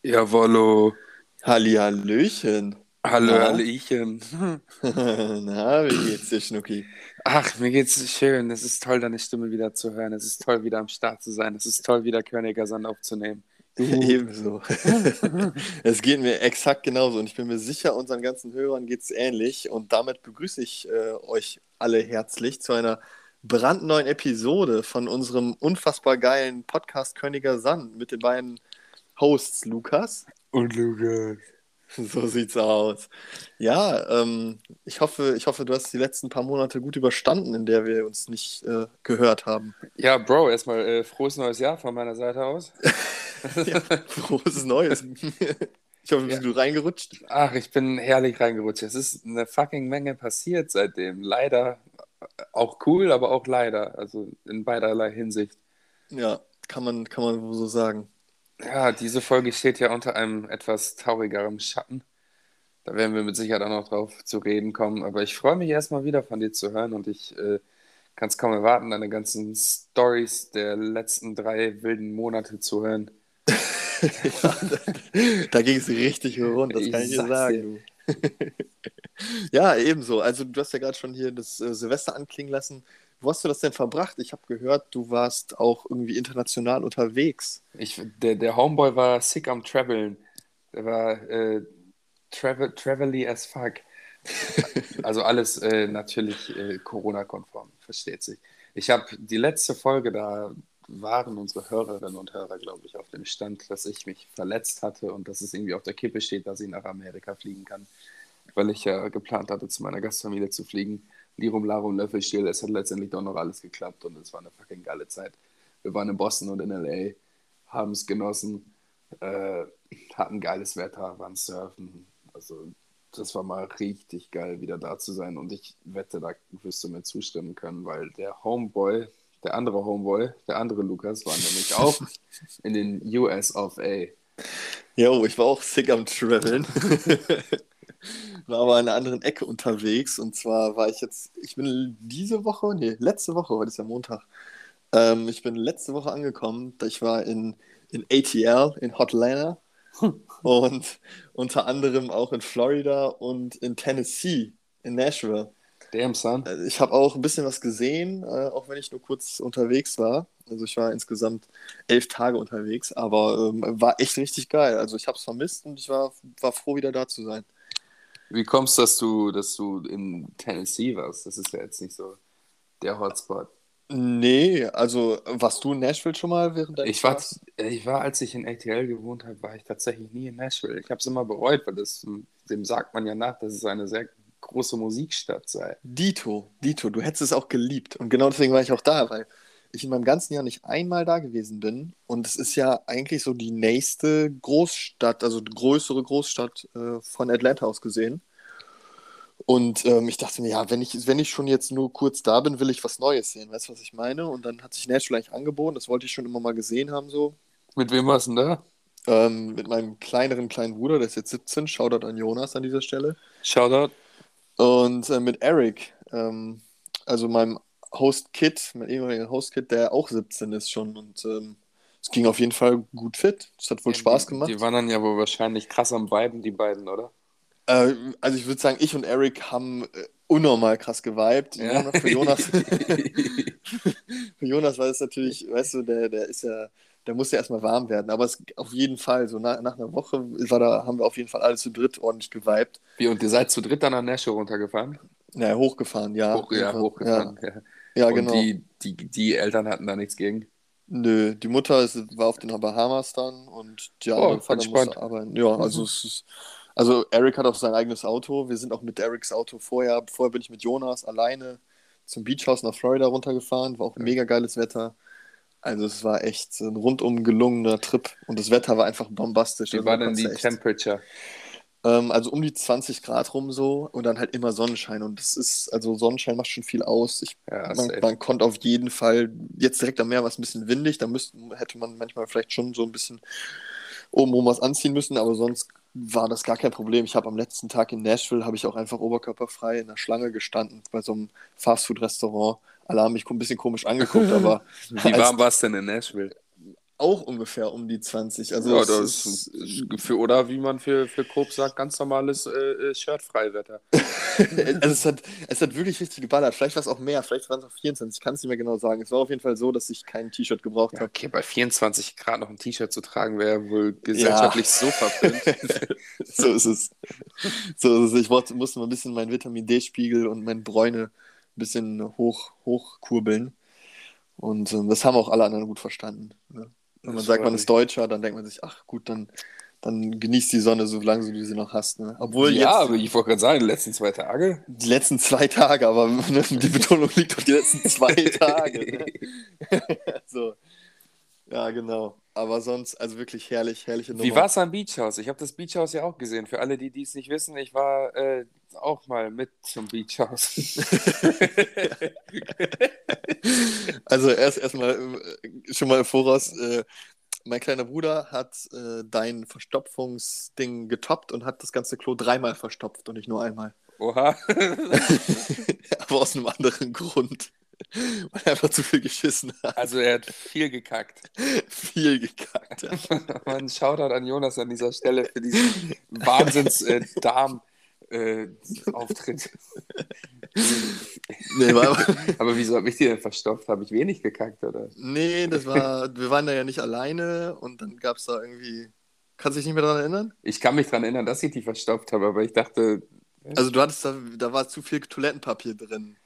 Jawollo. Hallihallöchen. Hallo, Na? Hallöchen. Na, wie geht's dir, Schnucki? Ach, mir geht's schön. Es ist toll, deine Stimme wieder zu hören. Es ist toll, wieder am Start zu sein. Es ist toll, wieder Körniger Sand aufzunehmen. Ebenso. Es geht mir exakt genauso und ich bin mir sicher, unseren ganzen Hörern geht's ähnlich. Und damit begrüße ich euch alle herzlich zu einer brandneuen Episode von unserem unfassbar geilen Podcast Königer Sand mit den beiden Hosts Lukas. Und Lukas. So sieht's aus. Ja, ich hoffe, du hast die letzten paar Monate gut überstanden, in der wir uns nicht gehört haben. Ja, Bro, erstmal frohes neues Jahr von meiner Seite aus. Ja, frohes Neues. Ich hoffe, bist Ja. du gut reingerutscht? Ach, ich bin herrlich reingerutscht. Es ist eine fucking Menge passiert seitdem. Leider auch cool, aber auch leider. Also in beiderlei Hinsicht. Ja, kann man wohl so sagen. Ja, diese Folge steht ja unter einem etwas traurigeren Schatten. Da werden wir mit Sicherheit auch noch drauf zu reden kommen. Aber ich freue mich erstmal wieder von dir zu hören und ich kann es kaum erwarten, deine ganzen Stories der letzten 3 wilden Monate zu hören. Ja, da ging es richtig rund, das kann ich Ich dir sag's sagen, dir. du. Ja, ebenso. Also du hast ja gerade schon hier das Silvester anklingen lassen. Wo hast du das denn verbracht? Ich habe gehört, du warst auch irgendwie international unterwegs. Der Homeboy war sick am Traveln. Der war travelly as fuck. Also alles natürlich Corona-konform, versteht sich. Ich habe die letzte Folge, da waren unsere Hörerinnen und Hörer, glaube ich, auf dem Stand, dass ich mich verletzt hatte und dass es irgendwie auf der Kippe steht, dass ich nach Amerika fliegen kann, weil ich ja geplant hatte, zu meiner Gastfamilie zu fliegen. Lirum Larum Löffelstiel, es hat letztendlich doch noch alles geklappt und es war eine fucking geile Zeit. Wir waren in Boston und in LA, haben es genossen, äh, hatten geiles Wetter, waren surfen, also das war mal richtig geil, wieder da zu sein. Und ich wette, da wirst du mir zustimmen können, weil der andere Lukas, war nämlich auch in den US of A. Jo, ich war auch sick am Traveln. War aber in einer anderen Ecke unterwegs. Und zwar ich bin diese Woche, nee, letzte Woche, heute ist ja Montag. Ich bin letzte Woche angekommen. Ich war in ATL, in Hotlanta und unter anderem auch in Florida und in Tennessee, in Nashville. Damn, son. Ich habe auch ein bisschen was gesehen, auch wenn ich nur kurz unterwegs war. Also ich war insgesamt 11 Tage unterwegs, aber war echt richtig geil. Also ich habe es vermisst und ich war froh, wieder da zu sein. Wie kommst du, dass du in Tennessee warst? Das ist ja jetzt nicht so der Hotspot. Nee, also warst du in Nashville schon mal während deines Ich war, Jahres? ich war, als ich in ATL gewohnt habe, war ich tatsächlich nie in Nashville. Ich habe es immer bereut, weil dem sagt man ja nach, dass es eine sehr große Musikstadt sei. Dito, du hättest es auch geliebt. Und genau deswegen war ich auch da, weil ich in meinem ganzen Jahr nicht einmal da gewesen bin. Und es ist ja eigentlich so die nächste Großstadt, also die größere Großstadt von Atlanta aus gesehen. Und ich dachte mir, ja, wenn ich schon jetzt nur kurz da bin, will ich was Neues sehen. Weißt du, was ich meine? Und dann hat sich Nashville eigentlich angeboten. Das wollte ich schon immer mal gesehen haben, so. Mit wem warst du denn da? Mit meinem kleinen Bruder, der ist jetzt 17. Shoutout an Jonas an dieser Stelle. Shoutout. Und mit Eric, also meinem mein ehemaliger Host-Kid, der auch 17 ist schon. Und es ging auf jeden Fall gut fit. Es hat wohl Ja, Spaß die gemacht. waren dann ja wohl wahrscheinlich krass am Viben, die beiden, oder? Also ich würde sagen, ich und Eric haben unnormal krass geweibt. Ja. Für Jonas war es natürlich, weißt du, der ist ja, der muss ja erstmal warm werden. Aber es auf jeden Fall, so nach einer Woche haben wir auf jeden Fall alle zu dritt ordentlich geweibt. Wie, und ihr seid zu dritt dann nach Nashville runtergefahren? Naja, hochgefahren, ja. Ja, Ja, hochgefahren. Ja. ja, Und genau. die Eltern hatten da nichts gegen. Nö, die Mutter war auf den Bahamas dann und ja, Oh, der Vater musste entspannt. arbeiten. Ja, also Eric hat auch sein eigenes Auto. Wir sind auch mit Erics Auto vorher bin ich mit Jonas alleine zum Beachhaus nach Florida runtergefahren. War auch Ja. mega geiles Wetter. Also es war echt ein rundum gelungener Trip und das Wetter war einfach bombastisch. Wie Also da war denn konntest du die echt, Temperature? also um die 20 Grad rum so und dann halt immer Sonnenschein und also Sonnenschein macht schon viel aus. Ja, safe. Man konnte auf jeden Fall, jetzt direkt am Meer war es ein bisschen windig, hätte man manchmal vielleicht schon so ein bisschen obenrum was anziehen müssen, aber sonst war das gar kein Problem. Ich habe am letzten Tag in Nashville, habe ich auch einfach oberkörperfrei in der Schlange gestanden bei so einem Fastfood-Restaurant. Alle haben mich ein bisschen komisch angeguckt, aber Wie als warm war es denn in Nashville? auch ungefähr um die 20. Also Ja, es das ist, ist oder wie man für Coop sagt, ganz normales Shirt-Freiwetter. also es hat wirklich richtig geballert. Vielleicht war es auch mehr, vielleicht waren es auch 24. Ich kann es nicht mehr genau sagen. Es war auf jeden Fall so, dass ich kein T-Shirt gebraucht Ja, habe. okay, bei 24 Grad noch ein T-Shirt zu tragen, wäre wohl Ja, gesellschaftlich so verpönt. so ist es. So ist es. Musste mal ein bisschen meinen Vitamin D-Spiegel und meine Bräune ein bisschen hochkurbeln. Und das haben auch alle anderen gut verstanden. Ne? Wenn man Das sagt, freut man ist mich. Deutscher, dann denkt man sich, ach gut, dann genießt die Sonne, solange du sie noch hast. Ne? Obwohl Ja, jetzt aber ich wollte gerade sagen, die letzten 2 Tage. die letzten 2 Tage, aber ne, die Betonung liegt auf die letzten 2 Tage. Ne? So, ja, genau. Aber sonst, also wirklich herrlich, herrliche Wie war Nummer. es am Beach House? Ich habe das Beach House ja auch gesehen. Für alle, die es nicht wissen, ich war auch mal mit zum Beach House. Also erstmal schon mal im Voraus, mein kleiner Bruder hat dein Verstopfungsding getoppt und hat das ganze Klo 3-mal verstopft und nicht nur einmal. Oha. Aber aus einem anderen Grund. Weil er einfach zu viel geschissen hat. Also er hat viel gekackt. Viel gekackt, ja. Man Shoutout an Jonas an dieser Stelle für diesen Wahnsinns-Darm-Auftritt. Nee, Aber wieso habe ich die denn verstopft? Habe ich wenig gekackt, oder? nee, wir waren da ja nicht alleine und dann gab es da irgendwie. Kannst du dich nicht mehr daran erinnern? Ich kann mich daran erinnern, dass ich die verstopft habe, aber ich dachte. Also du hattest da war zu viel Toilettenpapier drin.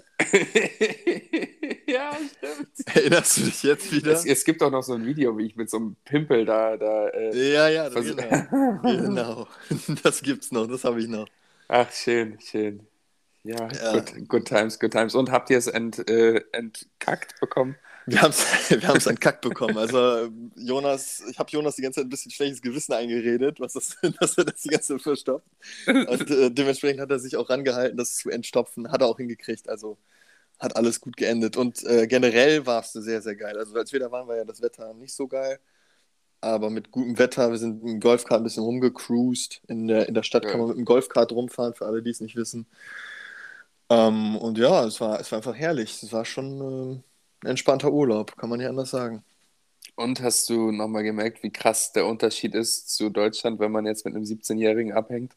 Ja, stimmt. Erinnerst du dich jetzt Es, wieder? es gibt auch noch so ein Video, wie ich mit so einem Pimpel da Ja, ja, versuche. genau. Genau. Das gibt's noch, das habe ich noch. Ach, schön, schön. Ja, Ja. good times, good times. Und habt ihr es entkackt bekommen? Wir haben's entkackt bekommen. Also ich habe Jonas die ganze Zeit ein bisschen schlechtes Gewissen eingeredet, dass er das die ganze Zeit verstopft. Und dementsprechend hat er sich auch rangehalten, das zu entstopfen. Hat er auch hingekriegt. Also hat alles gut geendet. Und generell war es sehr, sehr geil. Also als wir da waren, war ja das Wetter nicht so geil. Aber mit gutem Wetter, wir sind mit dem Golfkart ein bisschen rumgecruised. In der Stadt kann Ja. man mit dem Golfkart rumfahren, für alle, die es nicht wissen. Und ja, es war einfach herrlich. Es war schon ein entspannter Urlaub, kann man nicht anders sagen. Und hast du nochmal gemerkt, wie krass der Unterschied ist zu Deutschland, wenn man jetzt mit einem 17-Jährigen abhängt?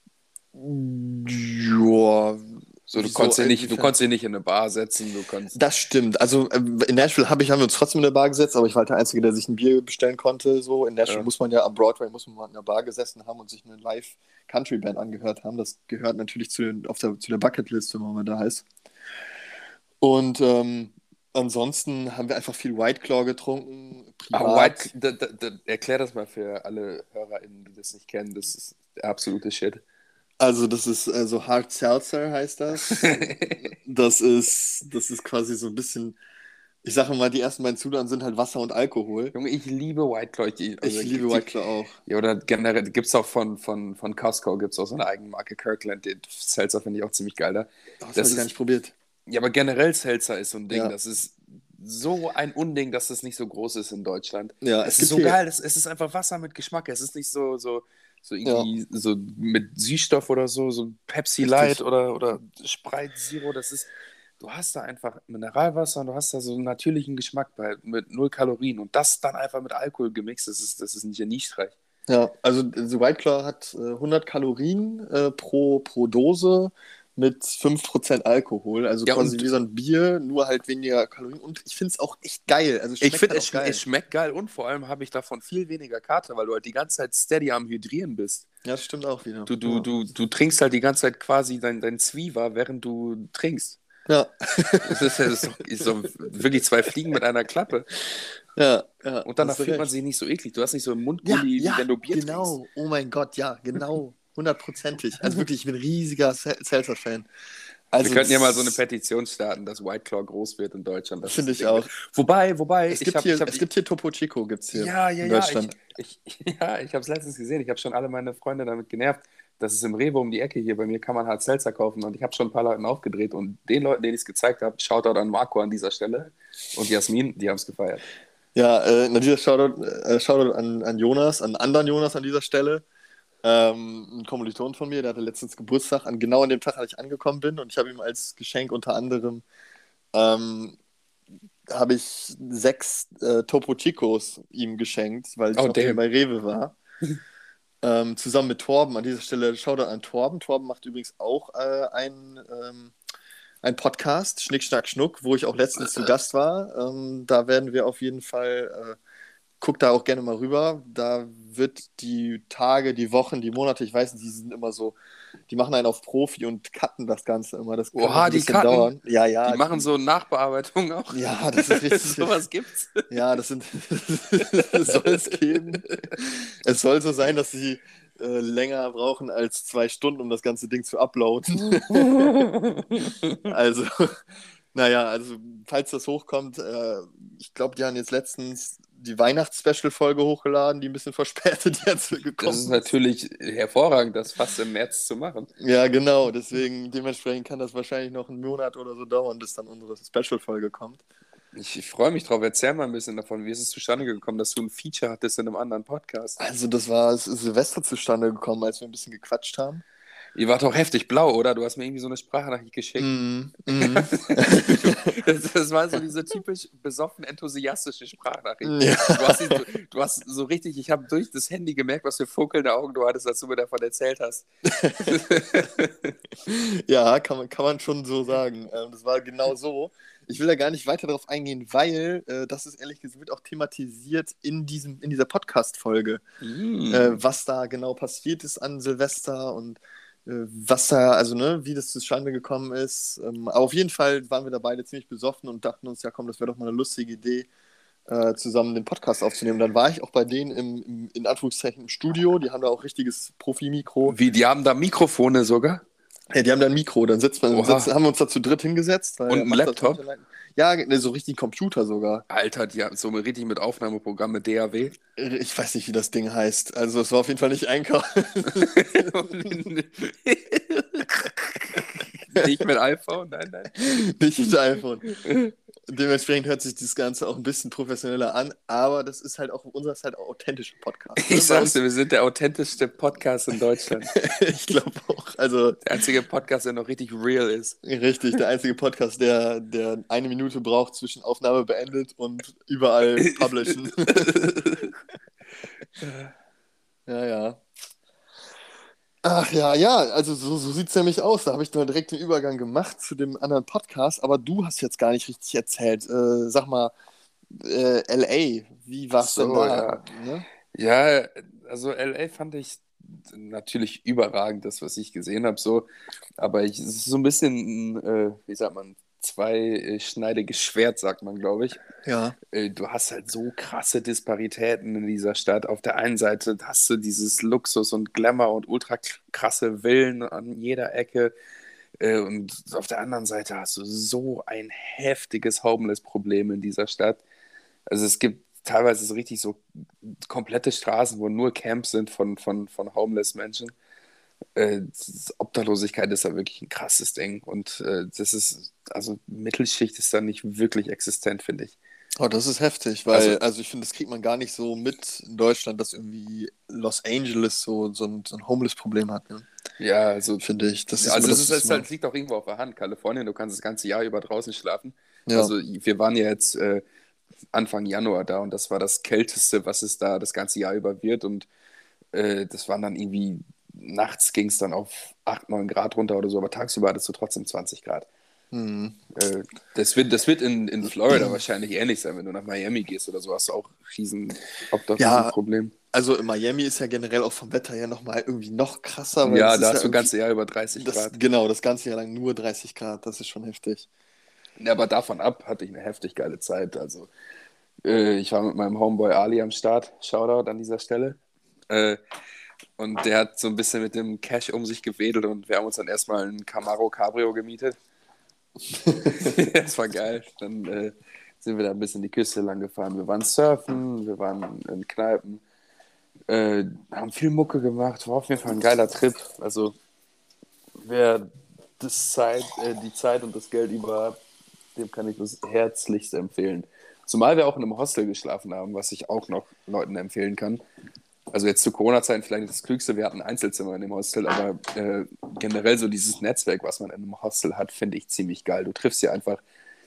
Ja, So, wieso, du inwiefern? konntest ihn nicht in eine Bar setzen, du konntest. Das stimmt. Also in Nashville haben wir uns trotzdem in der Bar gesetzt, aber ich war halt der Einzige, der sich ein Bier bestellen konnte. So. In Nashville Ja. muss man ja am Broadway muss man mal in der Bar gesessen haben und sich eine Live-Country-Band angehört haben. Das gehört natürlich zu der Bucketlist, wenn man mal da heißt. Und ansonsten haben wir einfach viel White Claw getrunken, Aber privat. erklär das mal für alle HörerInnen, die das nicht kennen. Das ist der absolute Shit. Also das ist so Hard Seltzer heißt das. Das ist quasi so ein bisschen, ich sage mal, die ersten beiden Zutaten sind halt Wasser und Alkohol. Junge, ich liebe White Claw. Also, Ich liebe White Claw auch. ja, oder generell gibt es auch von Costco, gibt es auch so eine Eigenmarke Kirkland. Den Seltzer finde ich auch ziemlich geil da. Das habe Das ich gar ist, nicht probiert. ja, aber generell Seltzer ist so ein Ding. Ja, Das ist so ein Unding, dass das nicht so groß ist in Deutschland. ja, es Es ist gibt so hier, geil. Es ist einfach Wasser mit Geschmack. Es ist nicht so ja, irgendwie so mit Süßstoff oder so Pepsi Light richtig. oder Sprite Zero. Du hast da einfach Mineralwasser und du hast da so einen natürlichen Geschmack bei, mit 0 Kalorien. Und das dann einfach mit Alkohol gemixt, das ist nicht geniestreich. Ja, also so White Claw hat 100 Kalorien pro Dose mit 5% Alkohol. Also Ja, quasi und wie so ein Bier, nur halt weniger Kalorien. Und ich finde es auch echt geil. Also es ich schmeckt finde, halt auch es geil. schmeckt geil und vor allem habe ich davon viel weniger Kater, weil du halt die ganze Zeit steady am Hydrieren bist. Ja, das stimmt auch wieder. Du, Ja. du, du trinkst halt die ganze Zeit quasi dein Zwieber, während du trinkst. Ja. Das ist so wirklich 2 Fliegen mit einer Klappe. Ja, ja, Und danach hast du fühlt man recht. sich nicht so eklig. Du hast nicht so einen Ja, Mundgulli, wie ja, wenn du Bier trinkst. genau. Oh mein Gott, ja, genau. 100%ig. Also wirklich, ich bin ein riesiger Seltzer-Fan. Wir Also könnten ja mal so eine das Petition starten, dass White Claw groß wird in Deutschland, dass es finde ein ich Ding wird. auch. Wobei, Es gibt hier, es gibt hier Topo Chico, gibt's hier ja, ja, in ja, Deutschland. ja, ich habe es letztens gesehen. Ich habe schon alle meine Freunde damit genervt. Das ist im Rewe um die Ecke hier. Bei mir kann man halt Seltzer kaufen und ich habe schon ein paar Leuten aufgedreht und den Leuten, denen ich es gezeigt habe, Shoutout an Marco an dieser Stelle und Jasmin, die haben es gefeiert. Ja, natürlich Shoutout an Jonas, an anderen Jonas an dieser Stelle. Ein Kommiliton von mir, der hatte letztens Geburtstag, genau an dem Tag, als ich angekommen bin und ich habe ihm als Geschenk unter anderem ähm, habe ich 6 Topo Chicos ihm geschenkt, weil ich Oh, noch bei damn. Rewe war. Zusammen mit Torben. An dieser Stelle Shoutout an Torben. Torben macht übrigens auch ein Podcast, Schnick, Schnack, Schnuck, wo ich auch letztens zu Gast war. Da werden wir auf jeden Fall, guck da auch gerne mal rüber. Da wird die Tage, die Wochen, die Monate, ich weiß nicht, die sind immer so, die machen einen auf Profi und cutten das Ganze immer. Das kann auch Oha, ein die bisschen Karten, dauern. Ja, die ja, machen so Nachbearbeitung auch. ja, das ist richtig. Sowas gibt's. Ja, das sind, soll es geben. Es soll so sein, dass sie länger brauchen als 2 Stunden, um das ganze Ding zu uploaden. Also, naja, also falls das hochkommt, ich glaube, die haben jetzt letztens die Weihnachts-Special-Folge hochgeladen, die ein bisschen verspätet jetzt Das gekommen ist ist. natürlich hervorragend, das fast im März zu machen. Ja, genau, deswegen, dementsprechend kann das wahrscheinlich noch einen Monat oder so dauern, bis dann unsere Special-Folge kommt. Ich freue mich drauf. Erzähl mal ein bisschen davon. Wie ist es zustande gekommen, dass du ein Feature hattest in einem anderen Podcast? Also, das war Silvester zustande gekommen, als wir ein bisschen gequatscht haben. Ihr wart doch heftig blau, oder? Du hast mir irgendwie so eine Sprachnachricht geschickt. Mhm, mhm. Das war so diese typisch besoffen enthusiastische Sprachnachricht. Ja. Du hast so richtig, ich habe durch das Handy gemerkt, was für funkelnde Augen du hattest, als du mir davon erzählt hast. Ja, kann man schon so sagen. Das war genau so. Ich will da gar nicht weiter darauf eingehen, weil das ist ehrlich gesagt wird auch thematisiert in dieser Podcast-Folge, Mm. was da genau passiert ist an Silvester und was da, also ne, wie das zustande gekommen ist. Aber auf jeden Fall waren wir da beide ziemlich besoffen und dachten uns, ja komm, das wäre doch mal eine lustige Idee, zusammen den Podcast aufzunehmen. Dann war ich auch bei denen in Anführungszeichen im Studio. Die haben da auch richtiges Profi-Mikro. Wie, die haben da Mikrofone sogar? Ja, die haben da ein Mikro. Dann Oha. haben wir uns da zu dritt hingesetzt. Weil Und er ein macht das Laptop? nicht allein. Ja, ne, so richtig Computer sogar. Alter, die haben so richtig mit Aufnahmeprogramm mit DAW. Ich weiß nicht, wie das Ding heißt. Also es war auf jeden Fall nicht einkaufen. Nicht mit iPhone, nein, nein. Nicht mit iPhone. Dementsprechend hört sich das Ganze auch ein bisschen professioneller an, aber das ist halt auch, unser ist halt auch authentischer Podcast. Ich sag's dir, wir sind der authentischste Podcast in Deutschland. Ich glaube auch. Also Der einzige Podcast, der noch richtig real ist. richtig, der einzige Podcast, der 1 Minute braucht zwischen Aufnahme beendet und überall publishen. Ja, ja. Ach ja, ja, also so sieht es nämlich aus. Da habe ich dann direkt den Übergang gemacht zu dem anderen Podcast, aber du hast jetzt gar nicht richtig erzählt. Sag mal, LA, wie Ach war's denn so, da? ja. Ne? Ja, also LA fand ich natürlich überragend, das, was ich gesehen habe, so. Aber es ist so ein bisschen, wie sagt man, zweischneidiges Schwert, sagt man, glaube ich. Ja. Du hast halt so krasse Disparitäten in dieser Stadt. Auf der einen Seite hast du dieses Luxus und Glamour und ultra krasse Villen an jeder Ecke. Und auf der anderen Seite hast du so ein heftiges Homeless-Problem in dieser Stadt. Also es gibt teilweise so richtig so komplette Straßen, wo nur Camps sind von Homeless-Menschen. Obdachlosigkeit ist da wirklich ein krasses Ding. Und das ist, also Mittelschicht ist da nicht wirklich existent, finde ich. Oh, das ist heftig, Also, weil, also ich finde, das kriegt man gar nicht so mit in Deutschland, dass irgendwie Los Angeles so ein Homeless-Problem hat, ne? ja, also, Finde ich. Das ist also immer, es das ist, ist es immer. halt, liegt auch irgendwo auf der Hand. Kalifornien, du kannst das ganze Jahr über draußen schlafen. Ja. Also wir waren ja jetzt Anfang Januar da und das war das Kälteste, was es da das ganze Jahr über wird. Und das waren dann irgendwie, nachts ging es dann auf 8, 9 Grad runter oder so, aber tagsüber hattest du trotzdem 20 Grad. Hm. Das wird in Florida wahrscheinlich ähnlich sein, wenn du nach Miami gehst oder so, hast du auch riesen Ja, Obdachlosenproblem. also in Miami ist ja generell auch vom Wetter her nochmal irgendwie noch krasser, weil Ja, das da ist ja hast du das irgendwie, ganze Jahr über 30 Grad. genau, das ganze Jahr lang nur 30 Grad, das ist schon heftig. Ja, aber davon ab hatte ich eine heftig geile Zeit. Also ich war mit meinem Homeboy Ali am Start, Shoutout an dieser Stelle. Und der hat so ein bisschen mit dem Cash um sich gewedelt und wir haben uns dann erstmal ein Camaro Cabrio gemietet. Das war geil. Dann sind wir da ein bisschen die Küste lang gefahren. Wir waren surfen, wir waren in Kneipen, haben viel Mucke gemacht. War auf jeden Fall ein geiler Trip. Also wer die Zeit und das Geld über hat, dem kann ich das herzlichst empfehlen. Zumal wir auch in einem Hostel geschlafen haben, was ich auch noch Leuten empfehlen kann. Also jetzt zu Corona-Zeiten vielleicht nicht das Klügste, wir hatten Einzelzimmer in dem Hostel, aber generell so dieses Netzwerk, was man in einem Hostel hat, finde ich ziemlich geil. Du triffst ja einfach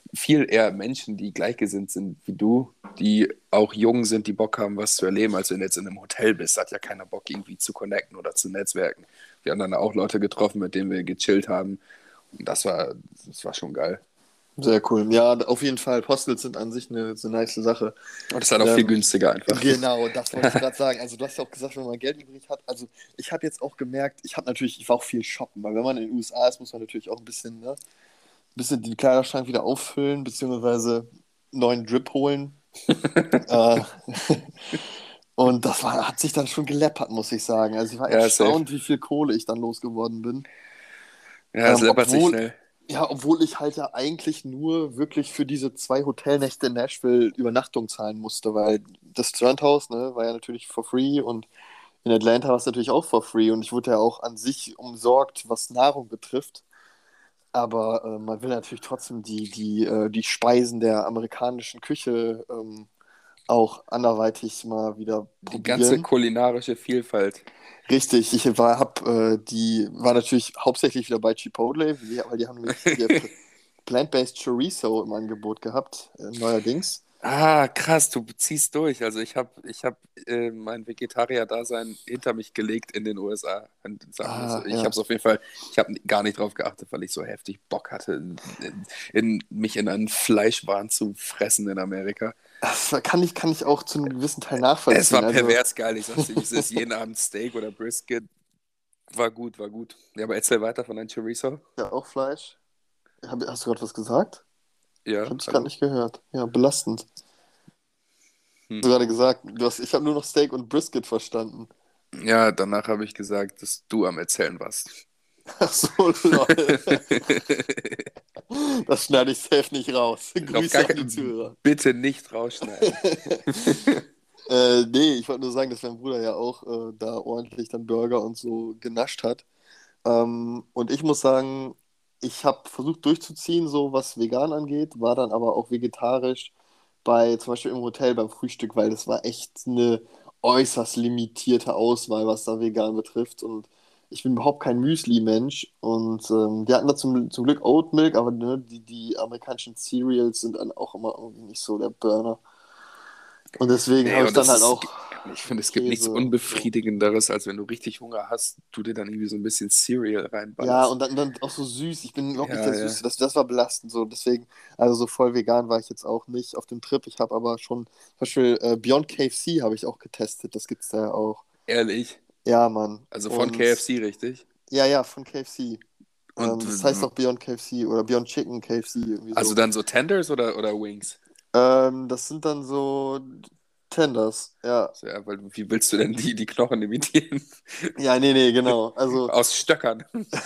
viel eher Menschen, die gleichgesinnt sind wie du, die auch jung sind, die Bock haben, was zu erleben, als wenn du jetzt in einem Hotel bist. Hat ja keiner Bock, irgendwie zu connecten oder zu netzwerken. Wir haben dann auch Leute getroffen, mit denen wir gechillt haben. Und das war schon geil. Sehr cool. Ja, auf jeden Fall. Hostels sind an sich eine nice Sache. Und das ist halt auch viel günstiger einfach. Genau, das wollte ich gerade sagen. Also du hast ja auch gesagt, wenn man Geld übrig hat. Also ich habe jetzt auch gemerkt, ich war auch viel shoppen, weil wenn man in den USA ist, muss man natürlich auch ein bisschen den Kleiderschrank wieder auffüllen, beziehungsweise neuen Drip holen. äh, und hat sich dann schon geleppert, muss ich sagen. Also ich war Ja, safe. erstaunt, wie viel Kohle ich dann losgeworden bin. Ja, es läppert sich Obwohl, schnell. ja, obwohl ich halt ja eigentlich nur wirklich für diese 2 Hotelnächte in Nashville Übernachtung zahlen musste, weil das Strandhaus, ne, war ja natürlich for free und in Atlanta war es natürlich auch for free und ich wurde ja auch an sich umsorgt, was Nahrung betrifft. Aber man will natürlich trotzdem die Speisen der amerikanischen Küche auch anderweitig mal wieder Die ganze probieren. kulinarische Vielfalt. Richtig, die war natürlich hauptsächlich wieder bei Chipotle, weil die haben nämlich hier Plant-Based Chorizo im Angebot gehabt, neuerdings. Ah, krass, du ziehst durch. Also ich hab mein Vegetarier-Dasein hinter mich gelegt in den USA. Und sagen wir so. Ah, Ich habe ja. es auf jeden Fall, ich habe gar nicht drauf geachtet, weil ich so heftig Bock hatte, mich in einen Fleischwahn zu fressen in Amerika. Das kann ich auch zu einem gewissen Teil Es war nachvollziehen. Also, pervers geil, ich sag's dir, wie es ist. Jeden Abend Steak oder Brisket. War gut, war gut. Ja, aber erzähl weiter von deinem Chorizo. ja, auch Fleisch. Hast du gerade was gesagt? Ich Ja, habe dich gerade hallo? nicht gehört. Ja, belastend. Hm. Hast du gerade gesagt, ich habe nur noch Steak und Brisket verstanden. Ja, danach habe ich gesagt, dass du am Erzählen warst. Ach so, lol. Das schneide ich safe nicht raus. Auf gar Grüße an die keinen, Zuhörer. bitte nicht rausschneiden. Nee, ich wollte nur sagen, dass mein Bruder ja auch da ordentlich dann Burger und so genascht hat. Und ich muss sagen, ich habe versucht durchzuziehen, so was vegan angeht, war dann aber auch vegetarisch zum Beispiel im Hotel beim Frühstück, weil das war echt eine äußerst limitierte Auswahl, was da vegan betrifft. Und ich bin überhaupt kein Müsli-Mensch. Und die hatten da zum Glück Oatmilk, aber ne, die amerikanischen Cereals sind dann auch immer irgendwie nicht so der Burner. Und deswegen Nee, habe ich und dann halt auch ich finde, es gibt nichts Käse und so. Unbefriedigenderes, als wenn du richtig Hunger hast, du dir dann irgendwie so ein bisschen Cereal Ja, reinballerst. und dann auch so süß. Ich bin überhaupt nicht Ja, der ja. Süße. Das war belastend so. Deswegen, also so voll vegan war ich jetzt auch nicht auf dem Trip. Ich habe aber schon, zum Beispiel Beyond KFC habe ich auch getestet. Das gibt's da ja auch. Ehrlich. Ja, Mann. Also von Und KFC, richtig? ja, ja, von KFC. Und Das heißt auch Beyond KFC oder Beyond Chicken KFC, irgendwie also so. dann so Tenders oder Wings? Das sind dann so Tenders, ja. So, ja, weil wie willst du denn die Knochen imitieren? Ja, nee, nee, genau. Also, Aus Stöckern.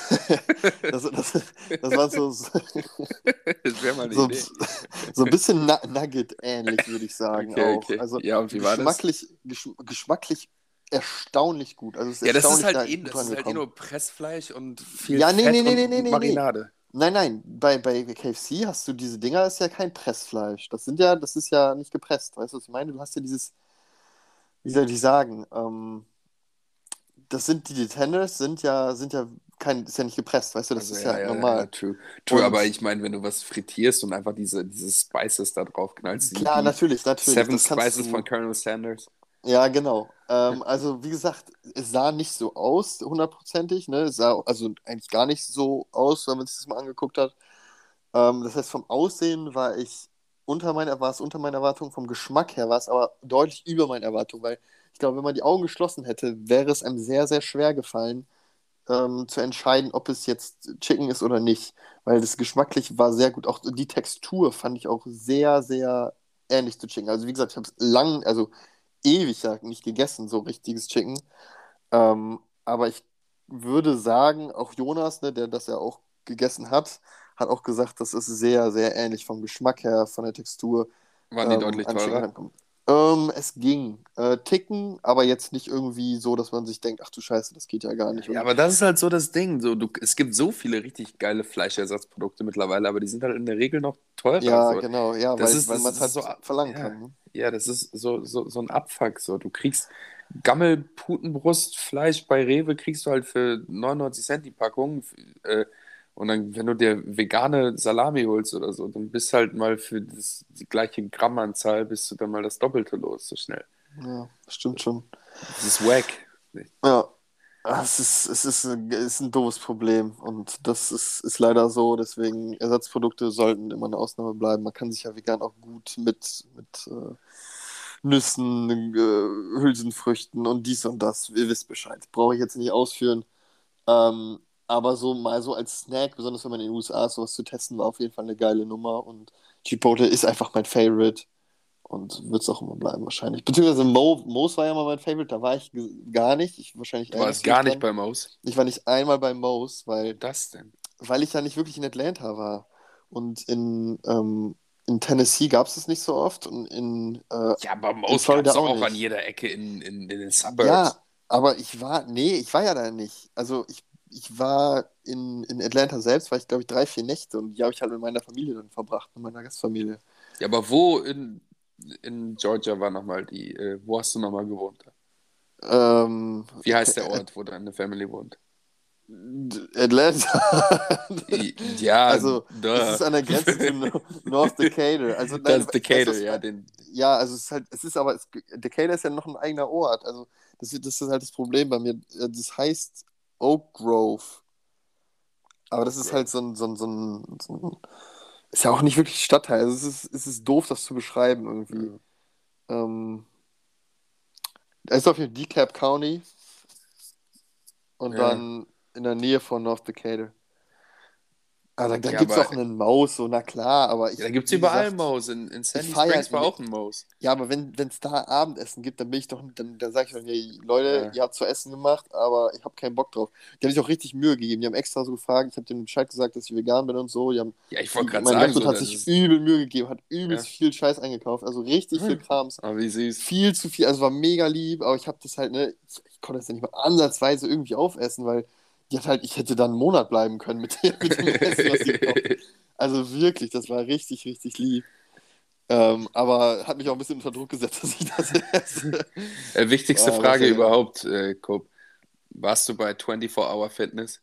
das waren Das wäre mal eine so, Idee. so ein bisschen Nugget-ähnlich, würde ich sagen Okay, auch. okay. Also Ja, und wie war das? geschmacklich erstaunlich gut. Also es ist Ja, das ist erstaunlich halt da eh, gut das ist halt eh rangekommen. nur Pressfleisch und viel Ja, nee, Fett nee, nee, nee, nee, und nee, nee. Marinade. Nein, nein. Bei KFC hast du diese Dinger, das ist ja kein Pressfleisch. Das ist ja nicht gepresst. Weißt du, was ich meine? Du hast ja wie soll ich sagen, die Tenders ist ja nicht gepresst, weißt du, das Also ist ja, ja ja, ja, ja, normal. true. True, aber Und ich meine, wenn du was frittierst und einfach diese Spices da drauf knallst, klar, die natürlich, Seven das kannst Spices von du. Colonel Sanders. Ja, genau. Also, wie gesagt, es sah nicht so aus, hundertprozentig, ne? Es sah also eigentlich gar nicht so aus, wenn man sich das mal angeguckt hat. Das heißt, vom Aussehen war es unter meiner Erwartung, vom Geschmack her war es aber deutlich über meine Erwartung, weil ich glaube, wenn man die Augen geschlossen hätte, wäre es einem sehr, sehr schwer gefallen, zu entscheiden, ob es jetzt Chicken ist oder nicht. Weil das geschmacklich war sehr gut. Auch die Textur fand ich auch sehr, sehr ähnlich zu Chicken. Also wie gesagt, ich habe es also ewig ja nicht gegessen, so richtiges Chicken. Aber ich würde sagen, auch Jonas, ne, der das ja auch gegessen hat auch gesagt, das ist sehr, sehr ähnlich vom Geschmack her, von der Textur Waren die deutlich an Chicken teurer? rankommt. Es ging. Ticken, aber jetzt nicht irgendwie so, dass man sich denkt, ach du Scheiße, das geht ja gar nicht. Ja, Und aber das ist halt so das Ding. So, es gibt so viele richtig geile Fleischersatzprodukte mittlerweile, aber die sind halt in der Regel noch teurer. ja, So. genau, ja, Das weil, ist, weil das man es ist halt so, verlangen ja, kann. Ne? ja, das ist so ein Abfuck. So. Du kriegst Gammelputenbrustfleisch bei Rewe, kriegst du halt für 99 Cent die Packung. Und dann, wenn du dir vegane Salami holst oder so, dann bist halt mal für die gleiche Grammanzahl, bist du dann mal das Doppelte los, so schnell. Ja, stimmt schon. Das ist wack. Ja, es ist ein doofes Problem und das ist leider so, deswegen Ersatzprodukte sollten immer eine Ausnahme bleiben. Man kann sich ja vegan auch gut mit Nüssen, Hülsenfrüchten und dies und das. Ihr wisst Bescheid. Brauche ich jetzt nicht ausführen. Ähm, aber so mal so als Snack, besonders wenn man in den USA ist, sowas zu testen, war auf jeden Fall eine geile Nummer und Chipotle ist einfach mein Favorite. Und wird es auch immer bleiben, wahrscheinlich. Beziehungsweise Moe's war ja mal mein Favorite, da war ich gar nicht. Wahrscheinlich Du warst erinnerst du dich gar nicht dran. bei Maus. Ich war nicht einmal bei Moe's, Wie das denn? weil ich ja nicht wirklich in Atlanta war. Und in Tennessee gab es es nicht so oft und Ja, aber in Maus gab Florida es doch auch auch an nicht. jeder Ecke in den Ja, Suburbs. aber nee, ich war ja da nicht. Also ich war in Atlanta selbst, war ich glaube ich 3, 4 Nächte und die habe ich halt mit meiner Familie dann verbracht, mit meiner Gastfamilie. Ja, aber wo in Georgia war nochmal wo hast du nochmal gewohnt? Ähm, Wie heißt der Ort, wo deine Family wohnt? Atlanta. Ja, Also, es duh. ist an der Grenze zu North Decatur. Also, Das nein, ist weißt du, Decatur, was ich ja, meine? den. Ja, also, Decatur ist ja noch ein eigener Ort. Also, das ist halt das Problem bei mir. Das heißt Oak Grove. Aber das Oak ist halt Grove. ist ja auch nicht wirklich Stadtteil. Also, es ist doof, das zu beschreiben irgendwie. Ja. Ähm, Es ist auf jeden Fall DeKalb County und Ja, dann in der Nähe von North Decatur. Also da ja, gibt es aber auch einen Maus, so na klar, aber ja, da ich, gibt es wie überall gesagt, Mo's. In ich Sandy fahre ja, Springs war auch ein Mo's. ja, aber wenn es da Abendessen gibt, dann bin ich doch, dann sage ich doch, hey, Leute, Ja, ihr habt zwar Essen gemacht, aber ich habe keinen Bock drauf. Die haben sich auch richtig Mühe gegeben. Die haben extra so gefragt, ich habe denen Bescheid gesagt, dass ich vegan bin und so. ja, ich wollte gerade Meine sagen, Gastmutter so, hat das sich ist. übel Mühe gegeben, hat übelst Ja. viel Scheiß eingekauft, also richtig viel Krams. Aber wie süß. Viel zu viel, also war mega lieb, aber ich habe das halt, ne, ich konnte das ja nicht mal ansatzweise irgendwie aufessen, weil die hat halt, ich hätte dann einen Monat bleiben können mit dem Essen, was sie gekauft hat. Also wirklich, das war richtig, richtig lieb. Aber hat mich auch ein bisschen unter Druck gesetzt, dass ich das esse. Wichtigste Aber ist Frage ja geil. überhaupt, Cope. Warst du bei 24-Hour Fitness?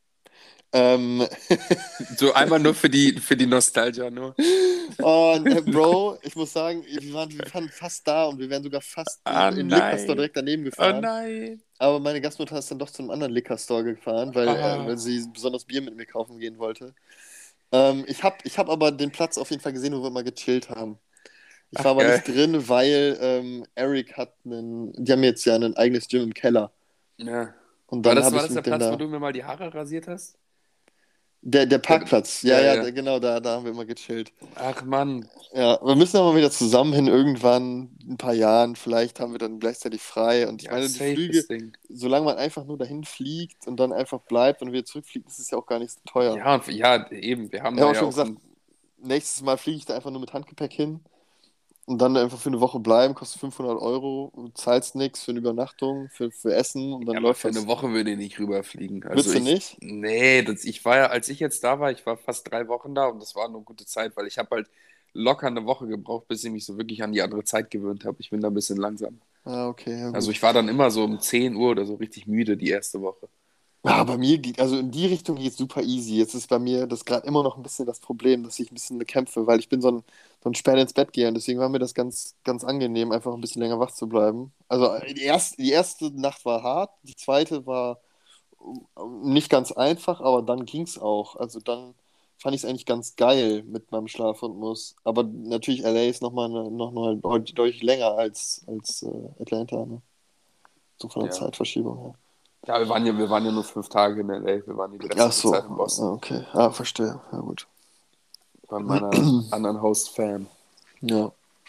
Ähm, So einmal nur für die Nostalgia nur. und Bro, ich muss sagen, wir waren fast da und wir wären sogar fast Ah im Liquor Store nein. direkt daneben Oh gefahren. nein. Aber meine Gastmutter ist dann doch zu einem anderen Liquor Store gefahren, weil Ah, sie besonders Bier mit mir kaufen gehen wollte. Ich hab aber den Platz auf jeden Fall gesehen, wo wir mal gechillt haben. Ich war ach aber geil. nicht drin, weil Eric die haben jetzt ja ein eigenes Gym im Keller. Ja. Und War dann das, habe war ich das der mit dem Platz, wo da. du mir mal die Haare rasiert hast? Der Der, Parkplatz, ja, ja, ja, ja. genau, da haben wir immer gechillt. Ach Mann. Ja, wir müssen aber wieder zusammen hin, irgendwann, in ein paar Jahren. Vielleicht haben wir dann gleichzeitig frei. Und ich Ja, meine, die Flüge, safes Ding. solange man einfach nur dahin fliegt und dann einfach bleibt und wieder zurückfliegt, ist es ja auch gar nicht so teuer. Ja, und ja, eben. Wir haben Ich habe da auch ja schon auch gesagt, ein. nächstes Mal fliege ich da einfach nur mit Handgepäck hin und dann einfach für eine Woche bleiben, kostet 500 €, du zahlst nichts für eine Übernachtung, für Essen und dann Ja, aber läuft für eine das. Woche würde ich nicht rüberfliegen. Also Willst du ich. nicht? Nee, ich war ja, als ich jetzt da war, ich war fast 3 Wochen da und das war eine gute Zeit, weil ich habe halt locker eine Woche gebraucht, bis ich mich so wirklich an die andere Zeit gewöhnt habe. Ich bin da ein bisschen langsam. Ah, okay, ja Also gut. ich war dann immer so um 10 Uhr oder so richtig müde die erste Woche. Ja, bei mir, also in die Richtung geht es super easy. Jetzt ist bei mir das gerade immer noch ein bisschen das Problem, dass ich ein bisschen kämpfe, weil ich bin so ein spät ins Bett gehe und deswegen war mir das ganz, ganz angenehm, einfach ein bisschen länger wach zu bleiben. Also die erste Nacht war hart, die zweite war nicht ganz einfach, aber dann ging es auch. Also dann fand ich es eigentlich ganz geil mit meinem Schlafrhythmus. Aber natürlich LA ist noch mal deutlich länger als Atlanta, ne? So von der Ja. Zeitverschiebung her. Ja, wir waren ja nur 5 Tage in LA. Wir waren die Ach restliche so, Zeit in Boston. okay. Ah, verstehe. Ja, gut. Bei meiner anderen Host-Fam. Ja.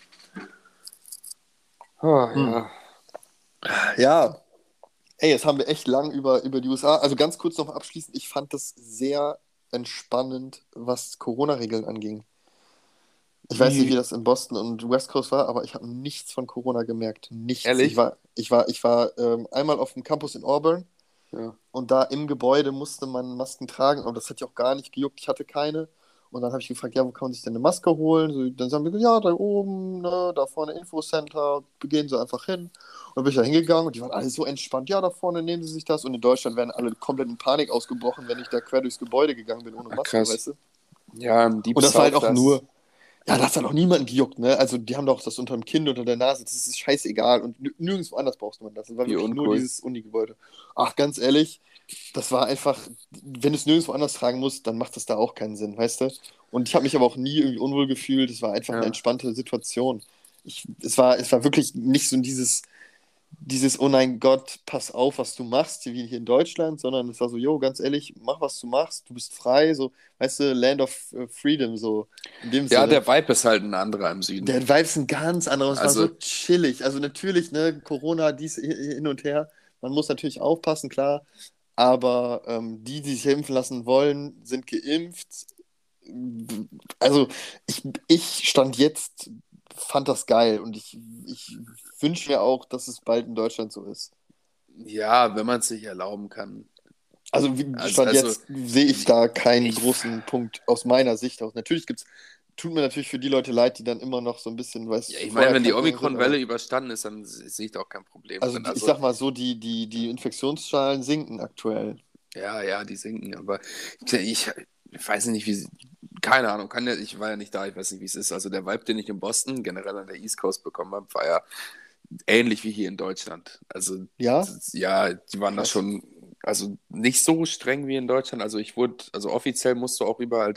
Oh, Hm. ja. Ja, ey, jetzt haben wir echt lang über die USA. Also ganz kurz noch abschließend, ich fand das sehr entspannend, was Corona-Regeln anging. Ich weiß nicht, wie Wie, das in Boston und West Coast war, aber ich habe nichts von Corona gemerkt. Nichts. Ich ehrlich? war, ich war, ich war einmal auf dem Campus in Auburn Ja. und da im Gebäude musste man Masken tragen, aber das hat ja auch gar nicht gejuckt. Ich hatte keine. Und dann habe ich gefragt, ja, wo kann man sich denn eine Maske holen? So, dann sagen wir, ja, da oben, ne, da vorne Infocenter, gehen Sie einfach hin. Und dann bin ich da hingegangen und die waren alle so entspannt, ja, da vorne nehmen Sie sich das. Und in Deutschland wären alle komplett in Panik ausgebrochen, wenn ich da quer durchs Gebäude gegangen bin ohne Ach, Maske, krass. weißt du? Ja, im Deep Und das war halt South, auch das. nur, ja, das hat auch niemanden gejuckt, ne? Also die haben doch das unter dem Kinn, unter der Nase, das ist scheißegal. Und nirgendwo anders brauchst man das. Das war Wie wirklich nur uncool. dieses Uni-Gebäude. Ach, ganz ehrlich, das war einfach, wenn du es nirgendwo anders tragen musst, dann macht das da auch keinen Sinn, weißt du? Und ich habe mich aber auch nie irgendwie unwohl gefühlt. Es war einfach eine Ja. entspannte Situation. Es war wirklich nicht so dieses, oh nein Gott, pass auf, was du machst, wie hier in Deutschland, sondern es war so, jo, ganz ehrlich, mach, was du machst, du bist frei, so, weißt du, Land of Freedom, so, in dem Ja, Sinne. der Vibe ist halt ein anderer im Süden. Der Vibe ist ein ganz anderer, es war so Also, chillig. Also natürlich, ne, Corona, dies hin und her, man muss natürlich aufpassen, klar, aber die sich impfen lassen wollen, sind geimpft. Also ich stand jetzt, fand das geil und ich wünsche mir auch, dass es bald in Deutschland so ist. ja, wenn man es sich erlauben kann. Also wie Stand Also jetzt sehe ich da keinen ich, großen Punkt aus meiner Sicht aus. Natürlich tut mir natürlich für die Leute leid, die dann immer noch so ein bisschen, ja, weißt du, ich vorher meine, wenn die krank gegangen sind, Omikron-Welle aber überstanden ist, dann sehe ich da auch kein Problem also drin. ich Also, sag mal so, die Infektionszahlen sinken aktuell. ja, ja, die sinken, aber ich weiß nicht, keine Ahnung, ich war ja nicht da, ich weiß nicht, wie es ist. Also der Vibe, den ich in Boston generell an der East Coast bekommen habe, war ja ähnlich wie hier in Deutschland. Also Ja? ja, die waren da Krass. schon, also nicht so streng wie in Deutschland. Also offiziell musst du auch überall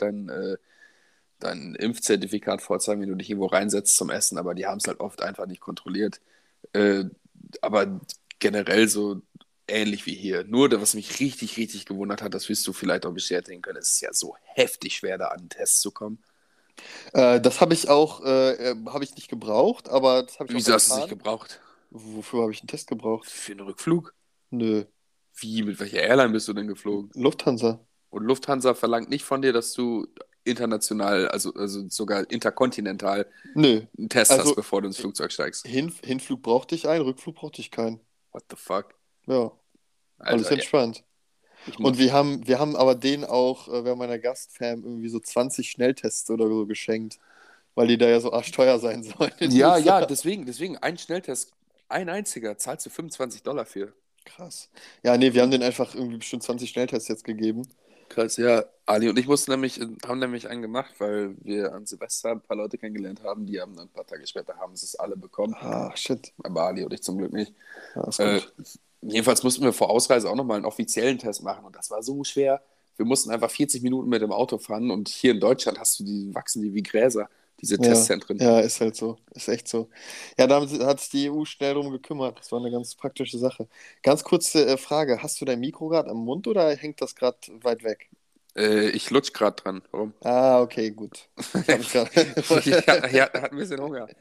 dein Impfzertifikat vorzeigen, wenn du dich irgendwo reinsetzt zum Essen, aber die haben es halt oft einfach nicht kontrolliert. Äh, aber generell so ähnlich wie hier. Nur, was mich richtig, richtig gewundert hat, das wirst du vielleicht auch bestätigen können, es ist ja so heftig schwer, da an einen Test zu kommen. Das habe ich auch, habe ich nicht gebraucht, aber das habe ich auch Wieso hast du es nicht getan. gebraucht? Wofür habe ich einen Test gebraucht? Für einen Rückflug? Nö. Wie, mit welcher Airline bist du denn geflogen? Lufthansa. Und Lufthansa verlangt nicht von dir, dass du international, also sogar interkontinental Nö. einen Test hast, Also bevor du ins Flugzeug steigst. Hinflug brauchte ich einen, Rückflug brauchte ich keinen. What the fuck? Ja, alles Alter, ja, entspannt. ich Und muss. wir haben aber denen auch, wir haben meiner Gastfam irgendwie so 20 Schnelltests oder so geschenkt, weil die da ja so arschteuer sein sollen in den Ja, ja, USA. deswegen, ein Schnelltest, ein einziger, zahlst du $25 für. Krass. Ja, nee, wir haben Und denen einfach irgendwie bestimmt 20 Schnelltests jetzt gegeben. krass, ja, Ali und ich haben nämlich einen gemacht, weil wir an Silvester ein paar Leute kennengelernt haben, die haben dann ein paar Tage später haben es alle bekommen. Ah, shit. Aber Ali und ich zum Glück nicht. Ja, ist Äh, gut. jedenfalls mussten wir vor Ausreise auch nochmal einen offiziellen Test machen und das war so schwer. Wir mussten einfach 40 Minuten mit dem Auto fahren und hier in Deutschland wachsen die wie Gräser, diese Ja, Testzentren. ja, ist halt so. Ist echt so. Ja, da hat sich die EU schnell drum gekümmert. Das war eine ganz praktische Sache. Ganz kurze Frage. Hast du dein Mikro gerade am Mund oder hängt das gerade weit weg? Ich lutsch gerade dran. Warum? Ah, okay, gut. Ich habe mich gerade. Ja, hat ein bisschen Hunger.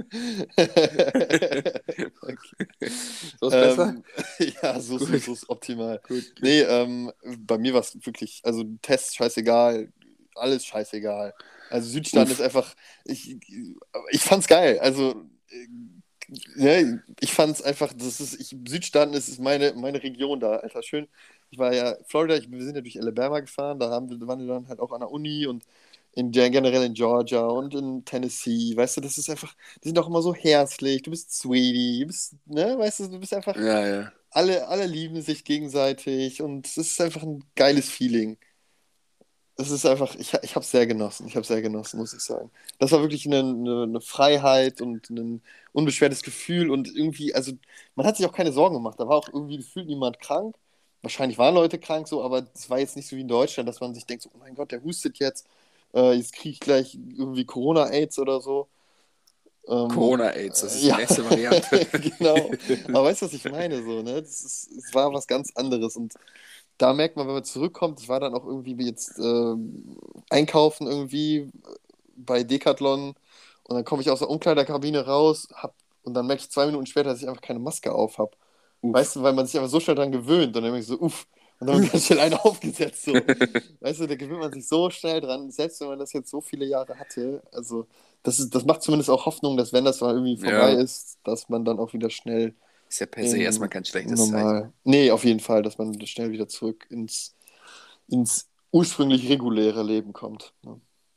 Okay. So ist besser? Ja, so ist, Gut, so ist optimal. gut, gut. Nee, bei mir war es wirklich, also Test scheißegal, alles scheißegal. Also Südstaaten ist Uff. einfach, ich fand's geil. Also, ne, ich fand's einfach, Südstaaten ist meine Region da, Alter, schön. Ich war ja Florida, wir sind ja durch Alabama gefahren, waren wir dann halt auch an der Uni und generell in Georgia und in Tennessee, weißt du, das ist einfach, die sind auch immer so herzlich, du bist sweetie, ne, weißt du, du bist einfach, Ja, ja. alle lieben sich gegenseitig und es ist einfach ein geiles Feeling. Es ist einfach, ich habe es sehr genossen, muss ich sagen. Das war wirklich eine Freiheit und ein unbeschwertes Gefühl und irgendwie, also man hat sich auch keine Sorgen gemacht, da war auch irgendwie gefühlt niemand krank. Wahrscheinlich waren Leute krank so, aber es war jetzt nicht so wie in Deutschland, dass man sich denkt, so, oh mein Gott, der hustet jetzt kriege ich gleich irgendwie Corona-AIDS oder so. Corona-AIDS, das ist die Ja, nächste Variante. genau. Aber weißt du, was ich meine? So, ne? Es war was ganz anderes. Und da merkt man, wenn man zurückkommt, ich war dann auch irgendwie wie jetzt einkaufen irgendwie bei Decathlon und dann komme ich aus der Umkleiderkabine raus und dann merke ich 2 Minuten später, dass ich einfach keine Maske auf habe. Uff. Weißt du, weil man sich einfach so schnell dran gewöhnt und dann denke ich so, uff, und dann wird ganz schnell eine aufgesetzt. So. Weißt du, da gewöhnt man sich so schnell dran, selbst wenn man das jetzt so viele Jahre hatte. Also, das macht zumindest auch Hoffnung, dass wenn das mal irgendwie vorbei Ja, ist, dass man dann auch wieder schnell ist ja per se erstmal in kein schlechtes Zeichen. normal. Nee, auf jeden Fall, dass man schnell wieder zurück ins ursprünglich reguläre Leben kommt. Ne?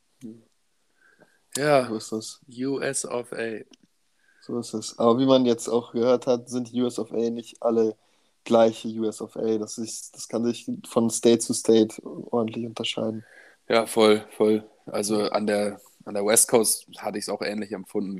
Ja, So ist das. US of A. So ist es. Aber wie man jetzt auch gehört hat, sind die US of A nicht alle gleiche US of A. Das kann sich von State zu State ordentlich unterscheiden. Ja, voll, voll. Also an der West Coast hatte ich es auch ähnlich empfunden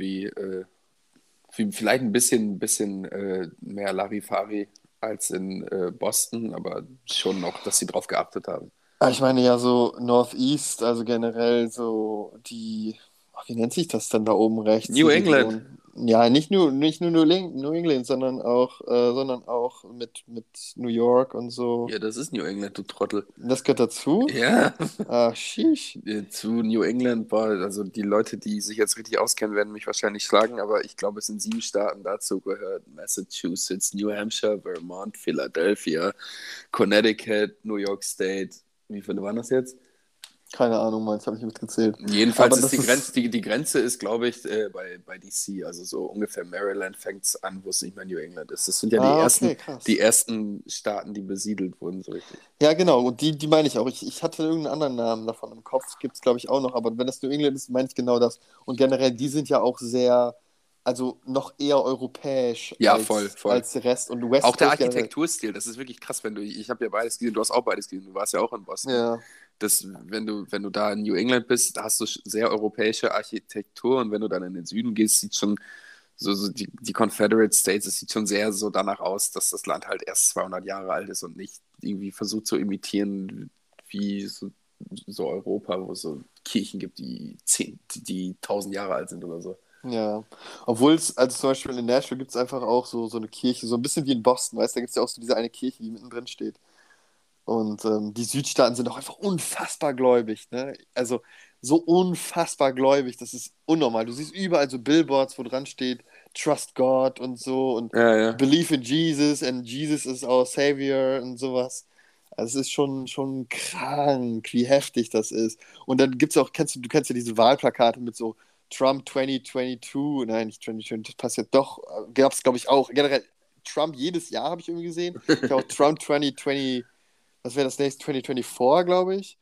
wie vielleicht ein bisschen mehr Larifari als in Boston, aber schon noch, dass sie drauf geachtet haben. Aber ich meine ja so Northeast, also generell so wie nennt sich das denn da oben rechts, die New England. Region? Ja, nicht nur New England, sondern auch mit New York und so. Ja, das ist New England, du Trottel. Das gehört dazu? Ja, Ah, sheesh. zu New England, boah, also die Leute, die sich jetzt richtig auskennen, werden mich wahrscheinlich schlagen, aber ich glaube, es sind 7 Staaten dazu gehört. Massachusetts, New Hampshire, Vermont, Philadelphia, Connecticut, New York State. Wie viele waren das jetzt? Keine Ahnung, meins habe ich nicht mitgezählt. Jedenfalls Aber ist das die Grenze, ist, die Grenze ist, glaube ich, bei DC, also so ungefähr Maryland fängt es an, wo es nicht mehr New England ist. Das sind ja die okay, ersten, die krass. ersten Staaten, die besiedelt wurden, so richtig. Ja, genau, und die meine ich auch. Ich hatte irgendeinen anderen Namen davon im Kopf, gibt es glaube ich auch noch, aber wenn das New England ist, meine ich genau das. Und generell, die sind ja auch sehr, also noch eher europäisch Ja, voll, voll. als der Rest und West Auch der Coast generell. Architekturstil, das ist wirklich krass, ich habe ja beides gesehen, du hast auch beides gesehen, du warst ja auch in Boston. Ja, Wenn du da in New England bist, da hast du sehr europäische Architektur und wenn du dann in den Süden gehst, sieht schon so die Confederate States, es sieht schon sehr so danach aus, dass das Land halt erst 200 Jahre alt ist und nicht irgendwie versucht zu imitieren wie so Europa, wo es so Kirchen gibt, die 1000 Jahre alt sind oder so. ja. Obwohl also zum Beispiel in Nashville gibt es einfach auch so eine Kirche, so ein bisschen wie in Boston, weißt du, da gibt es ja auch so diese eine Kirche, die mittendrin steht. Und die Südstaaten sind auch einfach unfassbar gläubig, ne? Also so unfassbar gläubig, das ist unnormal. Du siehst überall so Billboards, wo dran steht, Trust God und so und Ja, ja. Believe in Jesus and Jesus is our Savior und sowas. Also es ist schon krank, wie heftig das ist. Und dann gibt es auch, du kennst ja diese Wahlplakate mit so Trump 2022, nein, nicht 2022, das passt ja doch, gab es glaube ich auch. Generell Trump jedes Jahr habe ich irgendwie gesehen. Ich habe auch Trump 2020, das wäre das nächste 2024, glaube ich.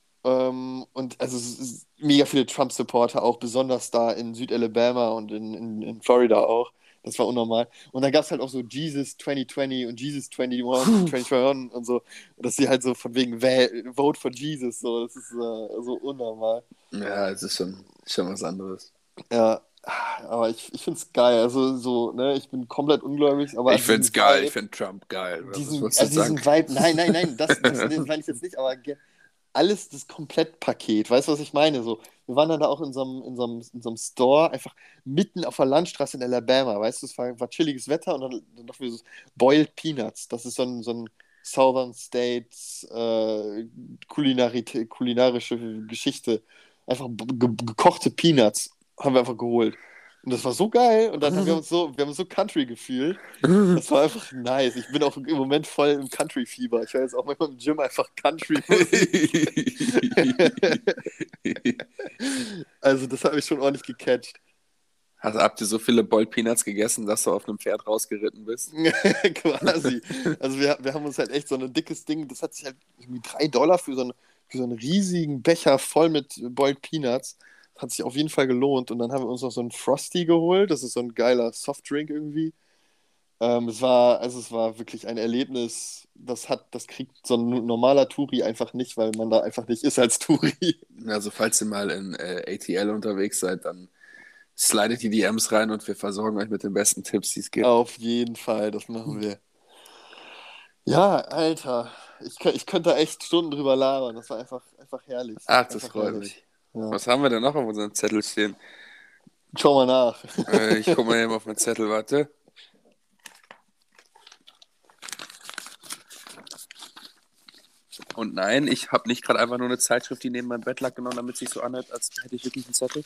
Und also es ist mega viele Trump-Supporter, auch besonders da in Südalabama und in Florida auch. Das war unnormal. Und dann gab es halt auch so Jesus 2020 und Jesus 21, 2021 und so. Und dass sie halt so von wegen Vote for Jesus, so. Das ist so unnormal. Ja, es ist schon was anderes. Ja, aber ich finde es geil. Also so, ne, ich bin komplett ungläubig, aber Ich an find's diesen geil, ich Vibe, find Trump geil. Was diesen, willst du also sagen? diesen Vibe, nein, das meine ich jetzt nicht, aber alles das Komplettpaket. Weißt du, was ich meine? So, wir waren dann da auch in so einem Store, einfach mitten auf der Landstraße in Alabama. Weißt du, es war chilliges Wetter und dann dachten wir so, Boiled Peanuts. Das ist so ein Southern States kulinarische Geschichte. Einfach gekochte Peanuts haben wir einfach geholt. Und das war so geil. Und dann haben wir uns so Country gefühlt. Das war einfach nice. Ich bin auch im Moment voll im Country-Fieber. Ich höre jetzt auch manchmal im Gym einfach Country-Musik. Also, das hat mich schon ordentlich gecatcht. Habt ihr so viele Boiled Peanuts gegessen, dass du auf einem Pferd rausgeritten bist? Quasi. Also, wir haben uns halt echt so ein dickes Ding, das hat sich halt irgendwie $3 für so einen riesigen Becher voll mit Boiled Peanuts. Hat sich auf jeden Fall gelohnt. Und dann haben wir uns noch so einen Frosty geholt. Das ist so ein geiler Softdrink irgendwie. Es war wirklich ein Erlebnis, das kriegt so ein normaler Touri einfach nicht, weil man da einfach nicht ist als Touri. Also, falls ihr mal in ATL unterwegs seid, dann slidet die DMs rein und wir versorgen euch mit den besten Tipps, die es gibt. Auf jeden Fall, das machen wir. Ja, Alter, ich könnte da echt Stunden drüber labern. Das war einfach herrlich. Ach, das Einfach freut herrlich. mich. Ja. Was haben wir denn noch auf unserem Zettel stehen? Schau mal nach. Ich gucke mal eben auf meinen Zettel, warte. Und nein, ich habe nicht gerade einfach nur eine Zeitschrift, die neben meinem Bett lag, genommen, damit es sich so anhört, als hätte ich wirklich einen Zettel.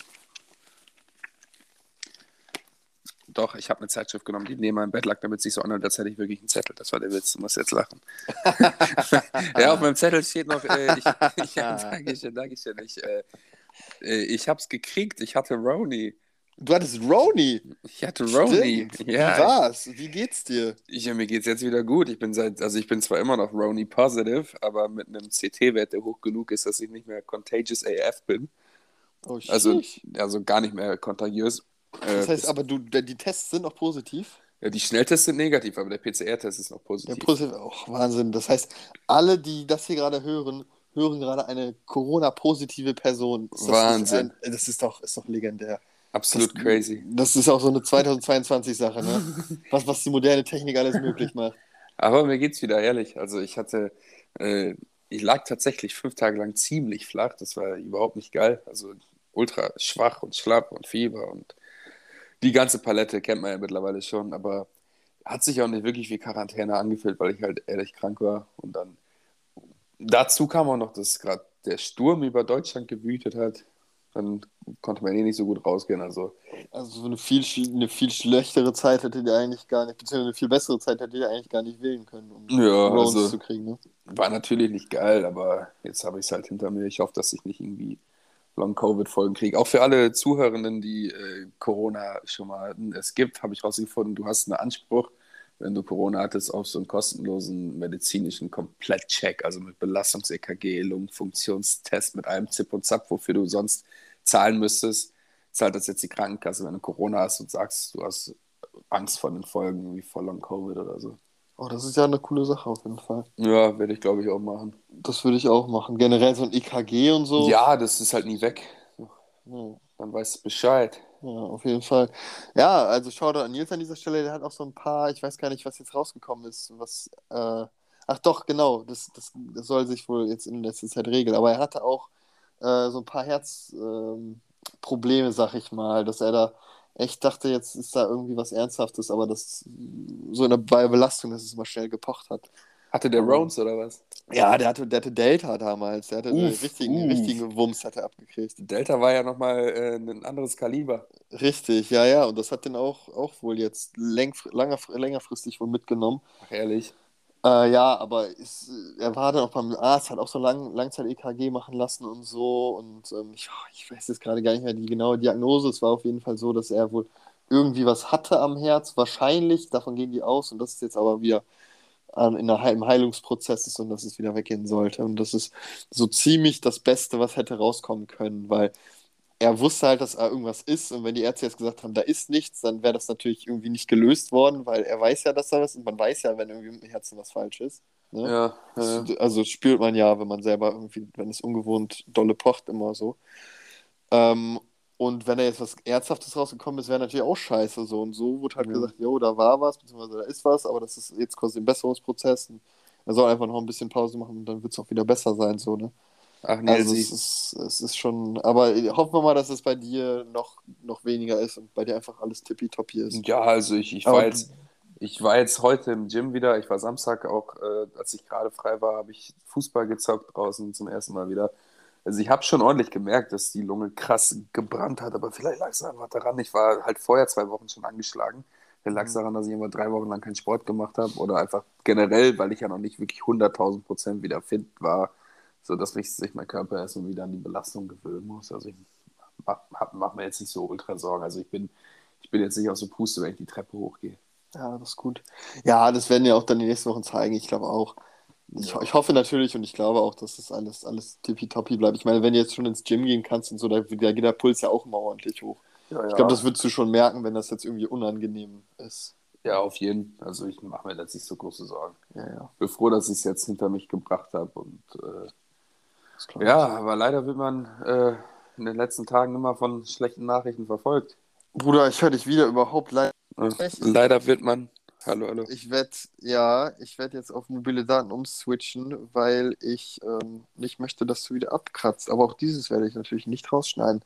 Doch, ich habe eine Zeitschrift genommen, die neben meinem Bett lag, damit es sich so anhört, als hätte ich wirklich einen Zettel. Das war der Witz, du musst jetzt lachen. Ja, auf meinem Zettel steht noch, ja, Dankeschön. Ich habe es gekriegt, ich hatte Roni. Du hattest Roni. Ich hatte Roni, Stimmt. Wie ja. war's? Wie geht's dir? Mir geht's jetzt wieder gut. Ich bin zwar immer noch Roni positive, aber mit einem CT-Wert, der hoch genug ist, dass ich nicht mehr contagious AF bin. Oh, Also, shit. also gar nicht mehr kontagiös. Das heißt Bis, aber, die Tests sind noch positiv? ja, die Schnelltests sind negativ, aber der PCR-Test ist noch Ja, positiv. positiv. Oh, Wahnsinn. Das heißt, alle, die das hier gerade hören, hören gerade eine Corona-positive Person. Ist das nicht Wahnsinn. das ist doch legendär. Absolut crazy. Das ist auch so eine 2022-Sache, ne? Was die moderne Technik alles möglich macht. Aber mir geht's wieder, ehrlich. Also äh, ich lag tatsächlich 5 Tage lang ziemlich flach. Das war überhaupt nicht geil. Also ultra schwach und schlapp und Fieber und die ganze Palette kennt man ja mittlerweile schon. Aber hat sich auch nicht wirklich wie Quarantäne angefühlt, weil ich halt ehrlich krank war. Und dann dazu kam auch noch, dass gerade der Sturm über Deutschland gewütet hat. Dann konnte man eh nicht so gut rausgehen. Also Also so eine viel schlechtere Zeit hättet ihr eigentlich gar nicht, beziehungsweise eine viel bessere Zeit hättet ihr eigentlich gar nicht wählen können, um ja, Corons also zu kriegen, ne? war natürlich nicht geil, aber jetzt habe ich es halt hinter mir. Ich hoffe, dass ich nicht irgendwie Long-Covid-Folgen kriege. Auch für alle Zuhörenden, die Corona schon mal hatten. Es gibt, habe ich rausgefunden, du hast einen Anspruch, wenn du Corona hattest, auf so einen kostenlosen medizinischen Komplettcheck, also mit Belastungs-EKG, Lungenfunktionstest, mit allem Zip und Zap, wofür du sonst zahlen müsstest. Zahlt das jetzt die Krankenkasse, wenn du Corona hast und sagst, du hast Angst vor den Folgen wie vor Long-Covid oder so. Oh, das ist ja eine coole Sache auf jeden Fall. Ja, werde ich glaube ich auch machen. Das würde ich auch machen. Generell so ein EKG und so. Ja, das ist halt nie weg. Ja, Dann weißt du Bescheid. ja, auf jeden Fall. Ja, also Shoutout an Nils an dieser Stelle, der hat auch so ein paar, ich weiß gar nicht, was jetzt rausgekommen ist, ach doch, genau, das soll sich wohl jetzt in letzter Zeit regeln, aber er hatte auch so ein paar Probleme, sag ich mal, dass er da echt dachte, jetzt ist da irgendwie was Ernsthaftes, aber das so bei Belastung, dass es mal schnell gepocht hat. Hatte der Aber Rounds oder was? ja, der hatte Delta damals, der hatte einen Uff, uff. richtigen Wumms hat er abgekriegt. Delta war ja nochmal ein anderes Kaliber. Richtig, ja, ja, und das hat den auch wohl jetzt längerfristig wohl mitgenommen. Ach, ehrlich. Ja, aber er war dann auch beim Arzt, hat auch so Langzeit-EKG machen lassen und so. Und ich weiß jetzt gerade gar nicht mehr die genaue Diagnose. Es war auf jeden Fall so, dass er wohl irgendwie was hatte am Herz. Wahrscheinlich, davon gehen die aus. Und das ist jetzt aber wieder im Heilungsprozess ist und dass es wieder weggehen sollte. Und das ist so ziemlich das Beste, was hätte rauskommen können, weil er wusste halt, dass da irgendwas ist und wenn die Ärzte jetzt gesagt haben, da ist nichts, dann wäre das natürlich irgendwie nicht gelöst worden, weil er weiß ja, dass da was ist und man weiß ja, wenn irgendwie im Herzen was falsch ist. Ne? Ja, Also spürt man ja, wenn man selber irgendwie, wenn es ungewohnt dolle pocht, immer so. Ähm, und wenn da jetzt was Ernsthaftes rausgekommen ist, wäre natürlich auch scheiße so. Und so wurde halt ja. gesagt, jo, da war was, beziehungsweise da ist was, aber das ist jetzt quasi ein Besserungsprozess. Und er soll einfach noch ein bisschen Pause machen und dann wird es auch wieder besser sein, so, ne? Ach, Also Nelsi. es ist schon, aber hoffen wir mal, dass es bei dir noch weniger ist und bei dir einfach alles tippitoppi ist. Ja, also Aber ich war jetzt heute im Gym wieder. Ich war Samstag auch, als ich gerade frei war, habe ich Fußball gezockt draußen zum ersten Mal wieder. Also ich habe schon ordentlich gemerkt, dass die Lunge krass gebrannt hat, aber vielleicht lag es einfach daran. Ich war halt vorher 2 Wochen schon angeschlagen. Vielleicht lag es daran, dass ich immer 3 Wochen lang keinen Sport gemacht habe oder einfach generell, weil ich ja noch nicht wirklich 100.000% wieder fit war, sodass sich mein Körper erstmal wieder an die Belastung gewöhnen muss. Also ich mach mir jetzt nicht so ultra Sorgen. Also ich bin jetzt nicht aus der Puste, wenn ich die Treppe hochgehe. ja, das ist gut. Ja, das werden ja auch dann die nächsten Wochen zeigen. Ich glaube auch. Ich Ja, hoffe natürlich und ich glaube auch, dass das alles tippitoppi bleibt. Ich meine, wenn du jetzt schon ins Gym gehen kannst und so, da geht der Puls ja auch immer ordentlich hoch. ja, Ich glaube, das ja. würdest du schon merken, wenn das jetzt irgendwie unangenehm ist. Ja, auf jeden Fall. Also ich mache mir jetzt nicht so große Sorgen. Ja, ja, Bin froh, dass ich es jetzt hinter mich gebracht habe. Und das glaube ja, ich. aber leider wird man in den letzten Tagen immer von schlechten Nachrichten verfolgt. Bruder, ich höre dich wieder überhaupt leider Äh, nicht. leider wird man. Hallo, hallo. Ich werde jetzt auf mobile Daten umswitchen, weil ich nicht möchte, dass du wieder abkratzt. Aber auch dieses werde ich natürlich nicht rausschneiden.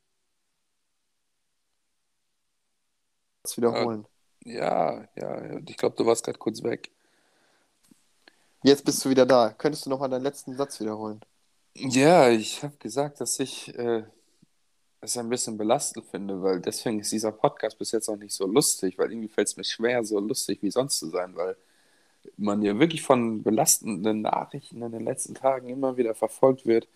Das Ah, wiederholen. ja, ja, ja. Ich glaube, du warst gerade kurz weg. Jetzt bist du wieder da. Könntest du nochmal deinen letzten Satz wiederholen? Ja, ich habe gesagt, dass ich es ein bisschen belastend finde, weil deswegen ist dieser Podcast bis jetzt auch nicht so lustig, weil irgendwie fällt es mir schwer, so lustig wie sonst zu sein, weil man ja wirklich von belastenden Nachrichten in den letzten Tagen immer wieder verfolgt wird.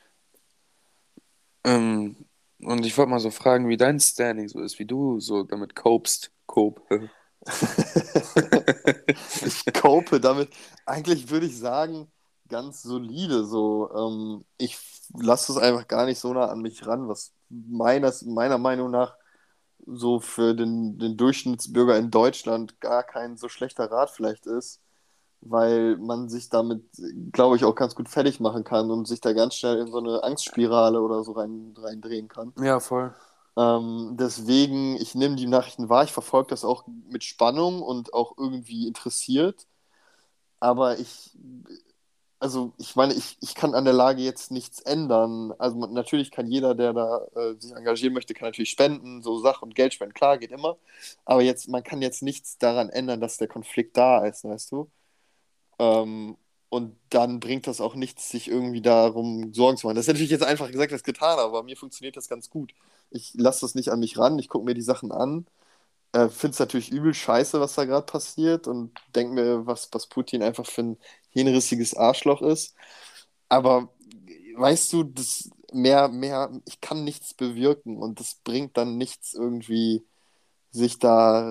Ähm, und ich wollte mal so fragen, wie dein Standing so ist, wie du so damit copest. Cope. Ich cope damit. Eigentlich würde ich sagen, ganz solide. So, ich lasse es einfach gar nicht so nah an mich ran, was meiner Meinung nach so für den Durchschnittsbürger in Deutschland gar kein so schlechter Rat vielleicht ist, weil man sich damit, glaube ich, auch ganz gut fertig machen kann und sich da ganz schnell in so eine Angstspirale oder so reindrehen kann. Ja, voll. Deswegen, ich nehme die Nachrichten wahr, ich verfolge das auch mit Spannung und auch irgendwie interessiert, aber ich meine, ich kann an der Lage jetzt nichts ändern. Also natürlich kann jeder, der da sich engagieren möchte, kann natürlich spenden, so Sach- und Geld spenden, klar, geht immer. Aber jetzt, man kann jetzt nichts daran ändern, dass der Konflikt da ist, weißt du? Ähm, und dann bringt das auch nichts, sich irgendwie darum Sorgen zu machen. Das ist natürlich jetzt einfach gesagt, als getan, aber mir funktioniert das ganz gut. Ich lasse das nicht an mich ran, ich gucke mir die Sachen an, finde es natürlich übel scheiße, was da gerade passiert und denke mir, was Putin einfach für ein hinrissiges Arschloch ist. Aber weißt du, ich kann nichts bewirken und das bringt dann nichts irgendwie, sich da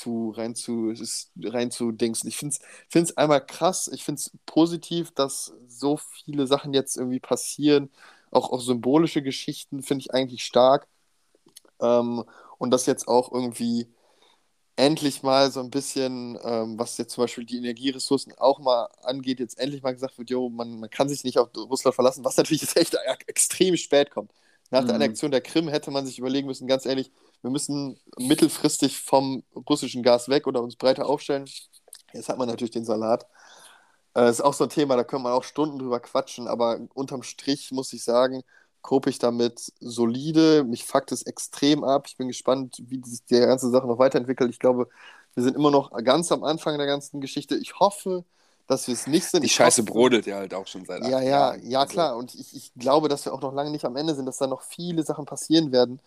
rein zu dingsen. Ich finde es einmal krass, ich finde es positiv, dass so viele Sachen jetzt irgendwie passieren. Auch symbolische Geschichten finde ich eigentlich stark. Ähm, und dass jetzt auch irgendwie endlich mal so ein bisschen, was jetzt zum Beispiel die Energieressourcen auch mal angeht, jetzt endlich mal gesagt wird, jo, man kann sich nicht auf Russland verlassen, was natürlich jetzt echt extrem spät kommt. Nach der Mhm. Annexion der Krim hätte man sich überlegen müssen, ganz ehrlich, wir müssen mittelfristig vom russischen Gas weg oder uns breiter aufstellen. Jetzt hat man natürlich den Salat. Ist auch so ein Thema, da können wir auch Stunden drüber quatschen, aber unterm Strich muss ich sagen, kope ich damit solide. Mich fuckt es extrem ab. Ich bin gespannt, wie sich die ganze Sache noch weiterentwickelt. Ich glaube, wir sind immer noch ganz am Anfang der ganzen Geschichte. Ich hoffe, dass wir es nicht sind. Die Ich Scheiße hoffe, brodelt ja halt auch schon seit ja, 8 Jahren. ja, Also, klar. Und ich glaube, dass wir auch noch lange nicht am Ende sind, dass da noch viele Sachen passieren werden.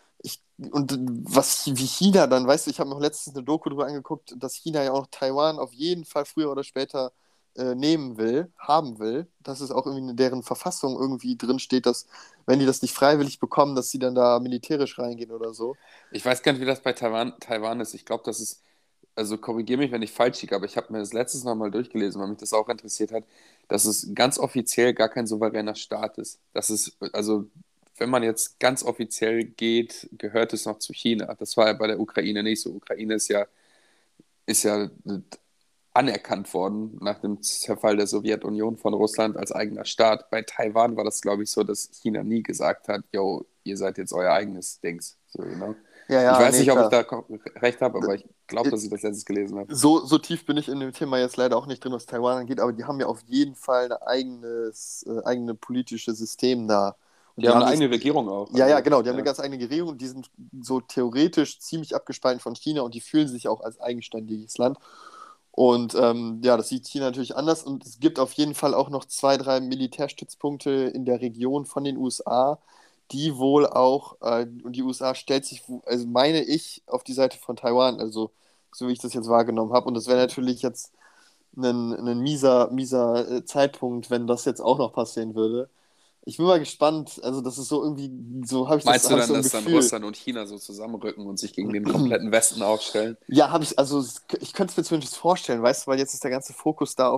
Wie China dann, weißt du, ich habe mir auch letztens eine Doku darüber angeguckt, dass China ja auch Taiwan auf jeden Fall früher oder später nehmen will, haben will, dass es auch irgendwie in deren Verfassung irgendwie drin steht, dass, wenn die das nicht freiwillig bekommen, dass sie dann da militärisch reingehen oder so. ich weiß gar nicht, wie das bei Taiwan ist. Ich glaube, das ist, also korrigiere mich, wenn ich falsch liege, aber ich habe mir das letztes Mal mal durchgelesen, weil mich das auch interessiert hat, dass es ganz offiziell gar kein souveräner Staat ist. Das ist, also, wenn man jetzt ganz offiziell geht, gehört es noch zu China. Das war ja bei der Ukraine nicht so. Ukraine ist ja anerkannt worden nach dem Zerfall der Sowjetunion von Russland als eigener Staat. Bei Taiwan war das, glaube ich, so, dass China nie gesagt hat, yo, ihr seid jetzt euer eigenes Dings. So, Ja, Ich ja, weiß nee, nicht, ob ich klar. da recht habe, aber ich glaube, dass ich das letztes gelesen habe. So tief bin ich in dem Thema jetzt leider auch nicht drin, was Taiwan angeht, aber die haben ja auf jeden Fall eigene politische System da. Und Die die haben haben eine das, eigene Regierung auch, ja, ja, also, genau, die haben eine ja. ganz eigene Regierung und die sind so theoretisch ziemlich abgespalten von China und die fühlen sich auch als eigenständiges Land. Und ja, das sieht China natürlich anders und es gibt auf jeden Fall auch noch zwei, drei Militärstützpunkte in der Region von den USA, die wohl auch, und die USA stellt sich, also meine ich, auf die Seite von Taiwan, also so wie ich das jetzt wahrgenommen habe. Und das wäre natürlich jetzt ein mieser Zeitpunkt, wenn das jetzt auch noch passieren würde. Ich bin mal gespannt, also das ist so irgendwie, so Meinst du habe ich dann, so ein dass dann Gefühl. Russland und China so zusammenrücken und sich gegen den kompletten Westen aufstellen? Ja, also ich könnte es mir zumindest vorstellen, weißt du, weil jetzt ist der ganze Fokus da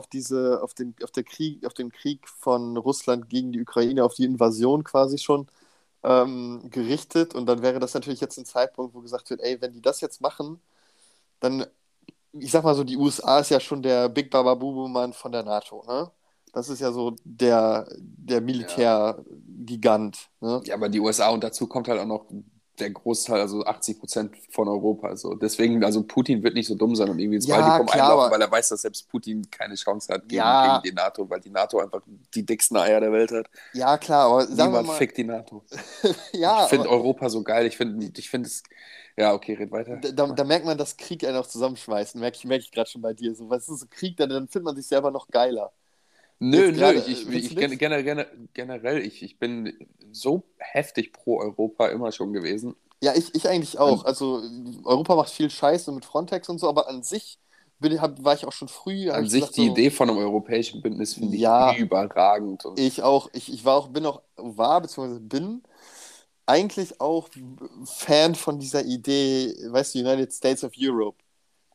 auf den Krieg von Russland gegen die Ukraine, auf die Invasion quasi schon gerichtet. Und dann wäre das natürlich jetzt ein Zeitpunkt, wo gesagt wird, ey, wenn die das jetzt machen, dann, ich sag mal so, die USA ist ja schon der Big Baba Bubu-Mann von der NATO, ne? Das ist ja so der Ja. Militärgigant, ne? Ja, aber die USA und dazu kommt halt auch noch der Großteil, also 80% von Europa. Also deswegen, also Putin wird nicht so dumm sein und irgendwie ins Ja, Baltikum klar, einlaufen, aber weil er weiß, dass selbst Putin keine Chance hat gegen ja, die NATO, weil die NATO einfach die dicksten Eier der Welt hat. ja, klar, aber sagen wir Niemand mal, fickt die NATO. Ich ja, finde aber Europa so geil. Ich finde es. Ja, okay, red weiter. da merkt man, dass Krieg einen auch zusammenschmeißt. Merke ich gerade schon bei dir. So, was ist so Krieg, dann findet man sich selber noch geiler. Nö, Jetzt nö, gerade, ich findest du nicht? generell, ich bin so heftig pro Europa immer schon gewesen. Ja, ich eigentlich auch. Und Also Europa macht viel Scheiße mit Frontex und so, aber an sich war ich auch schon früh, habe an ich sich gesagt die so, Idee von einem europäischen Bündnis finde ich ja, überragend. Und ich auch. Ich war auch, bin auch, war, beziehungsweise bin eigentlich auch Fan von dieser Idee, weißt du, United States of Europe.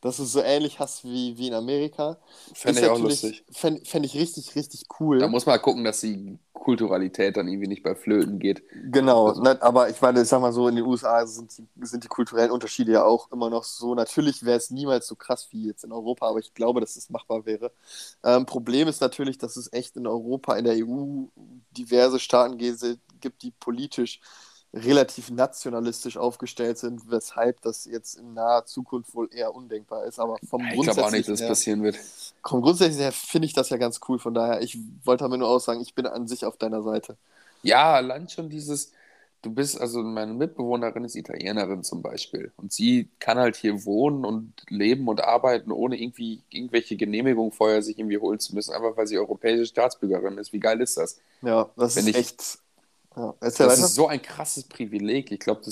dass du es so ähnlich hast wie in Amerika. Fände Ist ich auch natürlich, lustig. fänd ich richtig, richtig Da cool. muss man gucken, dass die Kulturalität dann irgendwie nicht bei Flöten geht. Genau, Also, ne, aber ich meine, ich sag mal so, in den USA sind die kulturellen Unterschiede ja auch immer noch so. Natürlich wäre es niemals so krass wie jetzt in Europa, aber ich glaube, dass es machbar wäre. Problem ist natürlich, dass es echt in Europa, in der EU diverse Staaten gibt, die politisch relativ nationalistisch aufgestellt sind, weshalb das jetzt in naher Zukunft wohl eher undenkbar ist. Aber ich glaube auch nicht, dass es passieren wird. vom Grundsätzlichen her finde ich das ja ganz cool. Von daher, ich wollte damit nur aussagen, ich bin an sich auf deiner Seite. Ja, allein schon dieses, du bist, also meine Mitbewohnerin ist Italienerin zum Beispiel und sie kann halt hier wohnen und leben und arbeiten, ohne irgendwie irgendwelche Genehmigungen vorher sich irgendwie holen zu müssen, einfach weil sie europäische Staatsbürgerin ist. Wie geil ist das? Ja, das Wenn ist ich, echt. Ja, erzähl das weiter. ist so ein krasses Privileg. Ich glaube,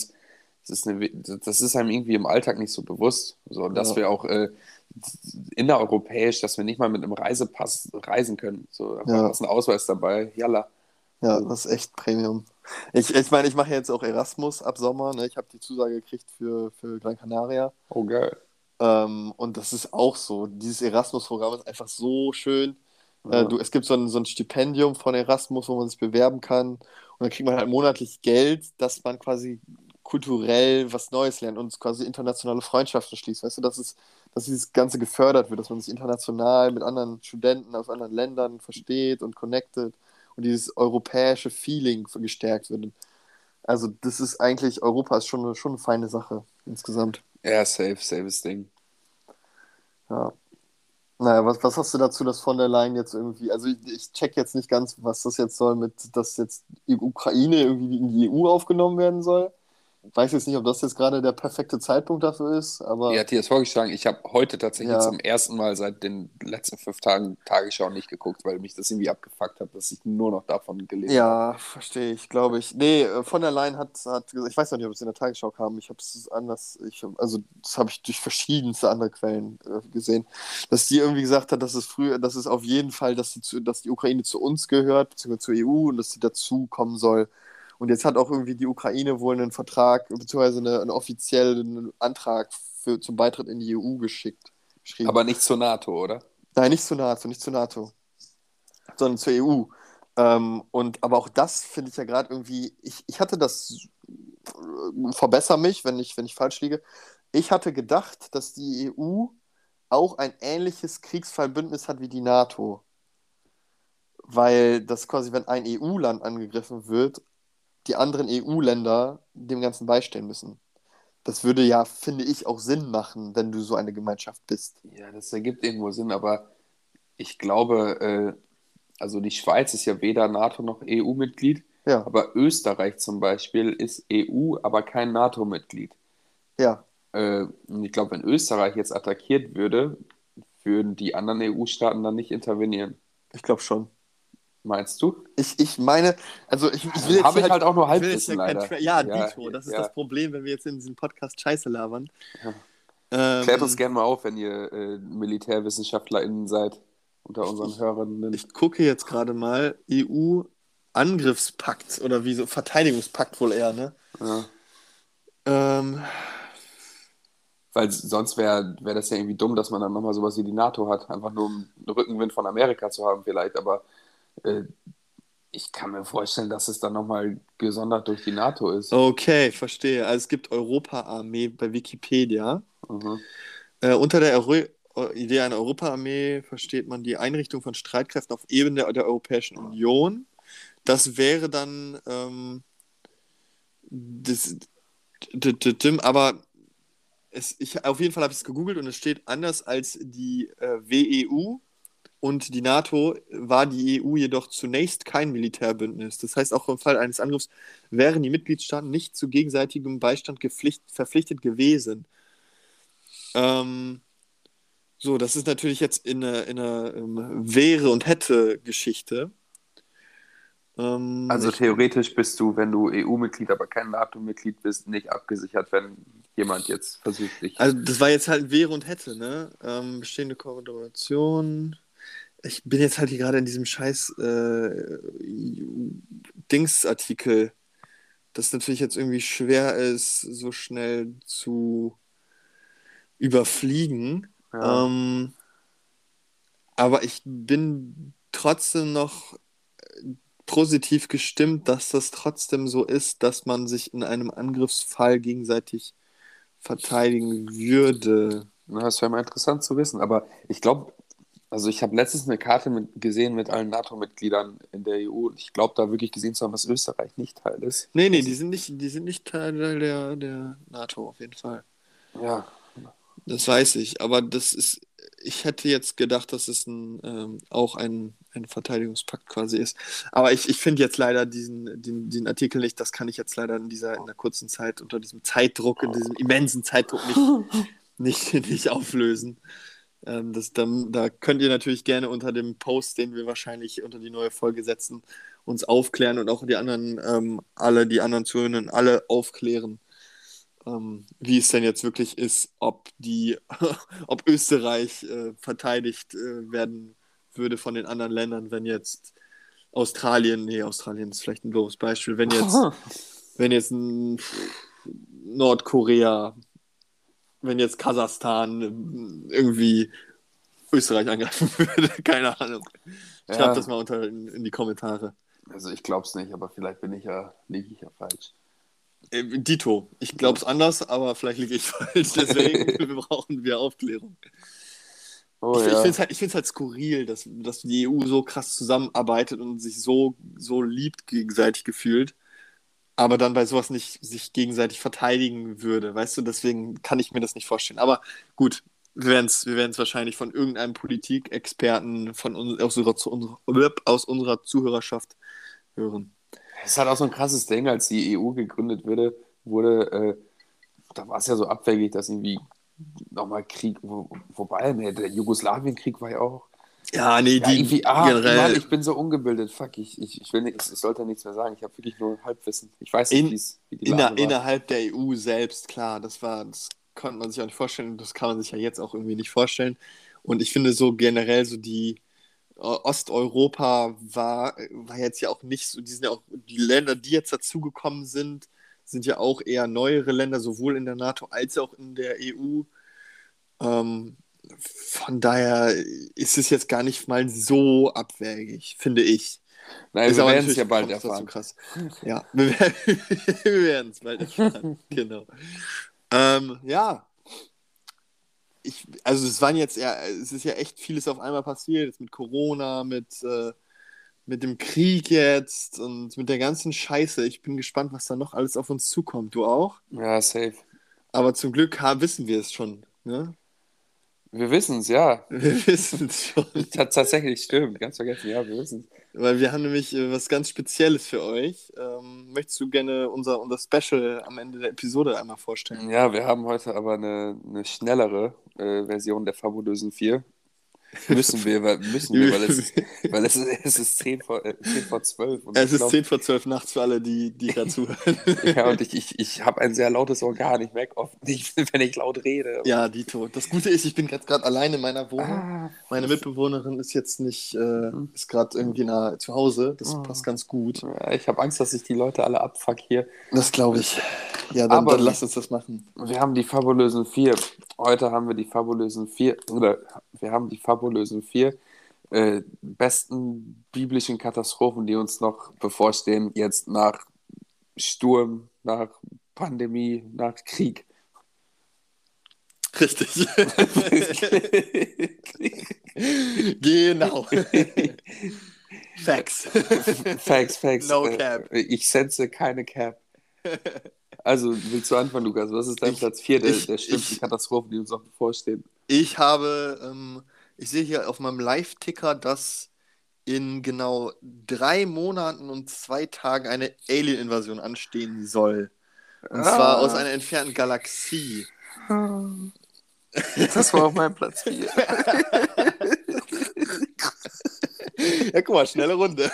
das ist einem irgendwie im Alltag nicht so bewusst. So, und dass Ja, wir auch innereuropäisch, dass wir nicht mal mit einem Reisepass reisen können. So, einfach ja, hast einen Ausweis dabei, jalla. ja, So, das ist echt Premium. Ich meine, ich mache jetzt auch Erasmus ab Sommer. Ne? Ich habe die Zusage gekriegt für Gran Canaria. oh geil. Und das ist auch so. Dieses Erasmus-Programm ist einfach so schön. Ja. Es gibt so ein Stipendium von Erasmus, wo man sich bewerben kann. Und dann kriegt man halt monatlich Geld, dass man quasi kulturell was Neues lernt und quasi internationale Freundschaften schließt. Weißt du, dass dieses Ganze gefördert wird, dass man sich international mit anderen Studenten aus anderen Ländern versteht und connected und dieses europäische Feeling gestärkt wird. Also, das ist eigentlich, Europa ist schon eine feine Sache insgesamt. Ja, safe, safes Ding. Ja. Naja, was hast du dazu, dass von der Leyen jetzt irgendwie, also ich check jetzt nicht ganz, was das jetzt soll, dass jetzt die Ukraine irgendwie in die EU aufgenommen werden soll. Ich weiß jetzt nicht, ob das jetzt gerade der perfekte Zeitpunkt dafür ist, Wie aber hat dir das vorgeschlagen? Ich habe heute tatsächlich ja, zum ersten Mal seit den letzten 5 Tagen Tagesschau nicht geguckt, weil mich das irgendwie abgefuckt hat, dass ich nur noch davon gelesen habe. ja, verstehe ich, glaube ich. Nee, von der Leyen hat gesagt, ich weiß noch nicht, ob es in der Tagesschau kam, ich habe es anders, also das habe ich durch verschiedenste andere Quellen gesehen, dass die irgendwie gesagt hat, dass es auf jeden Fall, dass die Ukraine zu uns gehört, beziehungsweise zur EU und dass sie dazu kommen soll. Und jetzt hat auch irgendwie die Ukraine wohl einen Vertrag, beziehungsweise einen offiziellen Antrag zum Beitritt in die EU geschrieben. Aber nicht zur NATO, oder? Nein, nicht zur NATO, nicht zur NATO, sondern zur EU. Aber auch das finde ich ja gerade irgendwie, ich hatte das, verbessere mich, wenn ich falsch liege. Ich hatte gedacht, dass die EU auch ein ähnliches Kriegsfallbündnis hat wie die NATO. Weil das quasi, wenn ein EU-Land angegriffen wird, die anderen EU-Länder dem Ganzen beistehen müssen. Das würde ja, finde ich, auch Sinn machen, wenn du so eine Gemeinschaft bist. Ja, das ergibt irgendwo Sinn, aber ich glaube, also die Schweiz ist ja weder NATO noch EU-Mitglied, Ja, aber Österreich zum Beispiel ist EU, aber kein NATO-Mitglied. ja, Und ich glaube, wenn Österreich jetzt attackiert würde, würden die anderen EU-Staaten dann nicht intervenieren. ich glaube schon. Meinst du? Ich meine, also ich will Dann jetzt habe hier ich halt, halt auch nur ich will jetzt Halbwissen hier kein leider. Ja, Ja, Dito, das ist das ja. Problem, wenn wir jetzt in diesem Podcast Scheiße labern. Ja. Klärt uns Ähm, gerne mal auf, wenn ihr MilitärwissenschaftlerInnen seid, unter unseren ich, Hörerinnen. ich gucke jetzt gerade mal EU-Angriffspakt oder wie so, Verteidigungspakt wohl eher, ne? Ja. Ähm, Weil sonst wär das ja irgendwie dumm, dass man dann nochmal sowas wie die NATO hat. Einfach nur um einen Rückenwind von Amerika zu haben vielleicht. Aber äh, ich kann mir vorstellen, dass es dann nochmal gesondert durch die NATO ist. okay, verstehe. Also es gibt Europa-Armee bei Wikipedia. Mhm. Unter der Idee einer Europa-Armee versteht man die Einrichtung von Streitkräften auf Ebene der Europäischen Union. Das wäre dann das, aber auf jeden Fall habe ich es gegoogelt und es steht anders als die WEU und die NATO war die EU jedoch zunächst kein Militärbündnis. Das heißt, auch im Fall eines Angriffs wären die Mitgliedstaaten nicht zu gegenseitigem Beistand verpflichtet gewesen. Ähm, so, das ist natürlich jetzt in einer Wäre- und Hätte-Geschichte. Also Ich theoretisch bist du, wenn du EU-Mitglied, aber kein NATO-Mitglied bist, nicht abgesichert, wenn jemand jetzt versucht, dich. Also das war jetzt halt wäre und hätte, ne? Bestehende Koordination. Ich bin jetzt halt hier gerade in diesem scheiß Dings-Artikel, das natürlich jetzt irgendwie schwer ist, so schnell zu überfliegen. Ja. Aber ich bin trotzdem noch positiv gestimmt, dass das trotzdem so ist, dass man sich in einem Angriffsfall gegenseitig verteidigen würde. Na, das wäre mal interessant zu wissen. Aber ich glaube, also ich habe letztens eine Karte gesehen mit allen NATO-Mitgliedern in der EU. Und ich glaube, da wirklich gesehen zu haben, dass Österreich nicht Teil ist. Nee, Das ist, die sind nicht Teil der NATO, auf jeden Fall. ja, Das weiß ich, aber ich hätte jetzt gedacht, dass es auch ein Verteidigungspakt quasi ist. Aber ich finde jetzt leider den Artikel nicht, das kann ich jetzt leider in der kurzen Zeit, unter diesem Zeitdruck, in diesem immensen Zeitdruck nicht auflösen. Da könnt ihr natürlich gerne unter dem Post, den wir wahrscheinlich unter die neue Folge setzen, uns aufklären und auch die anderen, die anderen Zuhörenden alle aufklären, wie es denn jetzt wirklich ist, ob Österreich verteidigt werden würde von den anderen Ländern, wenn jetzt Australien ist vielleicht ein doofes Beispiel, wenn jetzt Nordkorea, wenn jetzt Kasachstan irgendwie Österreich angreifen würde, keine Ahnung. Schreibt das ja, mal in die Kommentare. also ich glaube es nicht, aber vielleicht liege ich ja falsch. Dito, ich glaube Ja. es anders, aber vielleicht liege ich falsch, deswegen brauchen wir Aufklärung. Oh Ich finde es ja. halt, ich find's halt skurril, dass die EU so krass zusammenarbeitet und sich so liebt gegenseitig gefühlt, aber dann bei sowas nicht sich gegenseitig verteidigen würde. Weißt du, deswegen kann ich mir das nicht vorstellen. Aber gut, wir werden's wahrscheinlich von irgendeinem Politikexperten aus unserer Zuhörerschaft hören. Es ist halt auch so ein krasses Ding, als die EU gegründet wurde, da war es ja so abwegig, dass irgendwie nochmal Krieg, wobei, ne, der Jugoslawienkrieg war ja auch. Ja, nee, Ja, die irgendwie, Mann, generell ich bin so ungebildet. Fuck, ich will nicht, ich sollte nichts mehr sagen. Ich habe wirklich nur Halbwissen. Ich weiß nicht, in, wie die Lage war. innerhalb der EU selbst, klar, das konnte man sich auch nicht vorstellen, das kann man sich ja jetzt auch irgendwie nicht vorstellen. Und ich finde so generell so die Osteuropa war jetzt ja auch nicht so, die sind ja auch, die Länder, die jetzt dazugekommen sind ja auch eher neuere Länder, sowohl in der NATO als auch in der EU. Ähm, von daher ist es jetzt gar nicht mal so abwegig, finde ich. Nein, Ist wir aber werden es ja natürlich, bald kommt es dazu erfahren. krass. Ja, wir werden es bald erfahren. Genau. Ja, also es ist ja echt vieles auf einmal passiert, jetzt mit Corona, mit dem Krieg jetzt und mit der ganzen Scheiße. Ich bin gespannt, was da noch alles auf uns zukommt. Du auch? Ja, safe. Aber zum Glück wissen wir es schon. Ne? Wir wissen es, ja. Wir wissen es schon. Tatsächlich stimmt. Ganz vergessen, ja, wir wissen es. Weil wir haben nämlich was ganz Spezielles für euch. Möchtest du gerne unser Special am Ende der Episode einmal vorstellen? Ja, wir haben heute aber eine schnellere Version der fabulösen Vier. Müssen wir, es ist 10 vor 12 und Es ich ist glaube, 10 vor 12 nachts für alle, die gerade zuhören. ja, und ich habe ein sehr lautes Organ. Ich merke oft nicht, wenn ich laut rede. Ja, Dito. Das Gute ist, ich bin jetzt gerade allein in meiner Wohnung. Ah, Meine Mitbewohnerin ist jetzt nicht, hm, ist gerade irgendwie zu Hause. Das passt hm. ganz gut. Ja, ich habe Angst, dass ich die Leute alle abfuck hier. Das glaube ich. Ja, dann Aber lass uns das machen. wir haben die fabulösen Vier. Heute haben wir die fabulösen Vier, oder wir haben die fabulösen Vier besten biblischen Katastrophen, die uns noch bevorstehen, jetzt nach Sturm, nach Pandemie, nach Krieg. Richtig. Genau. Facts. Facts. No cap. Ich sense keine Cap. Also, willst du anfangen, Lukas? Was ist dein Ich, Platz 4 ich, der schlimmsten ich, Katastrophen, die uns noch bevorstehen? ich habe, ich sehe hier auf meinem Live-Ticker, dass in genau 3 Monaten und 2 Tagen eine Alien-Invasion anstehen soll. Und zwar aus Ah, einer entfernten Galaxie. das war auf meinem Platz 4. Ja, guck mal, schnelle Runde.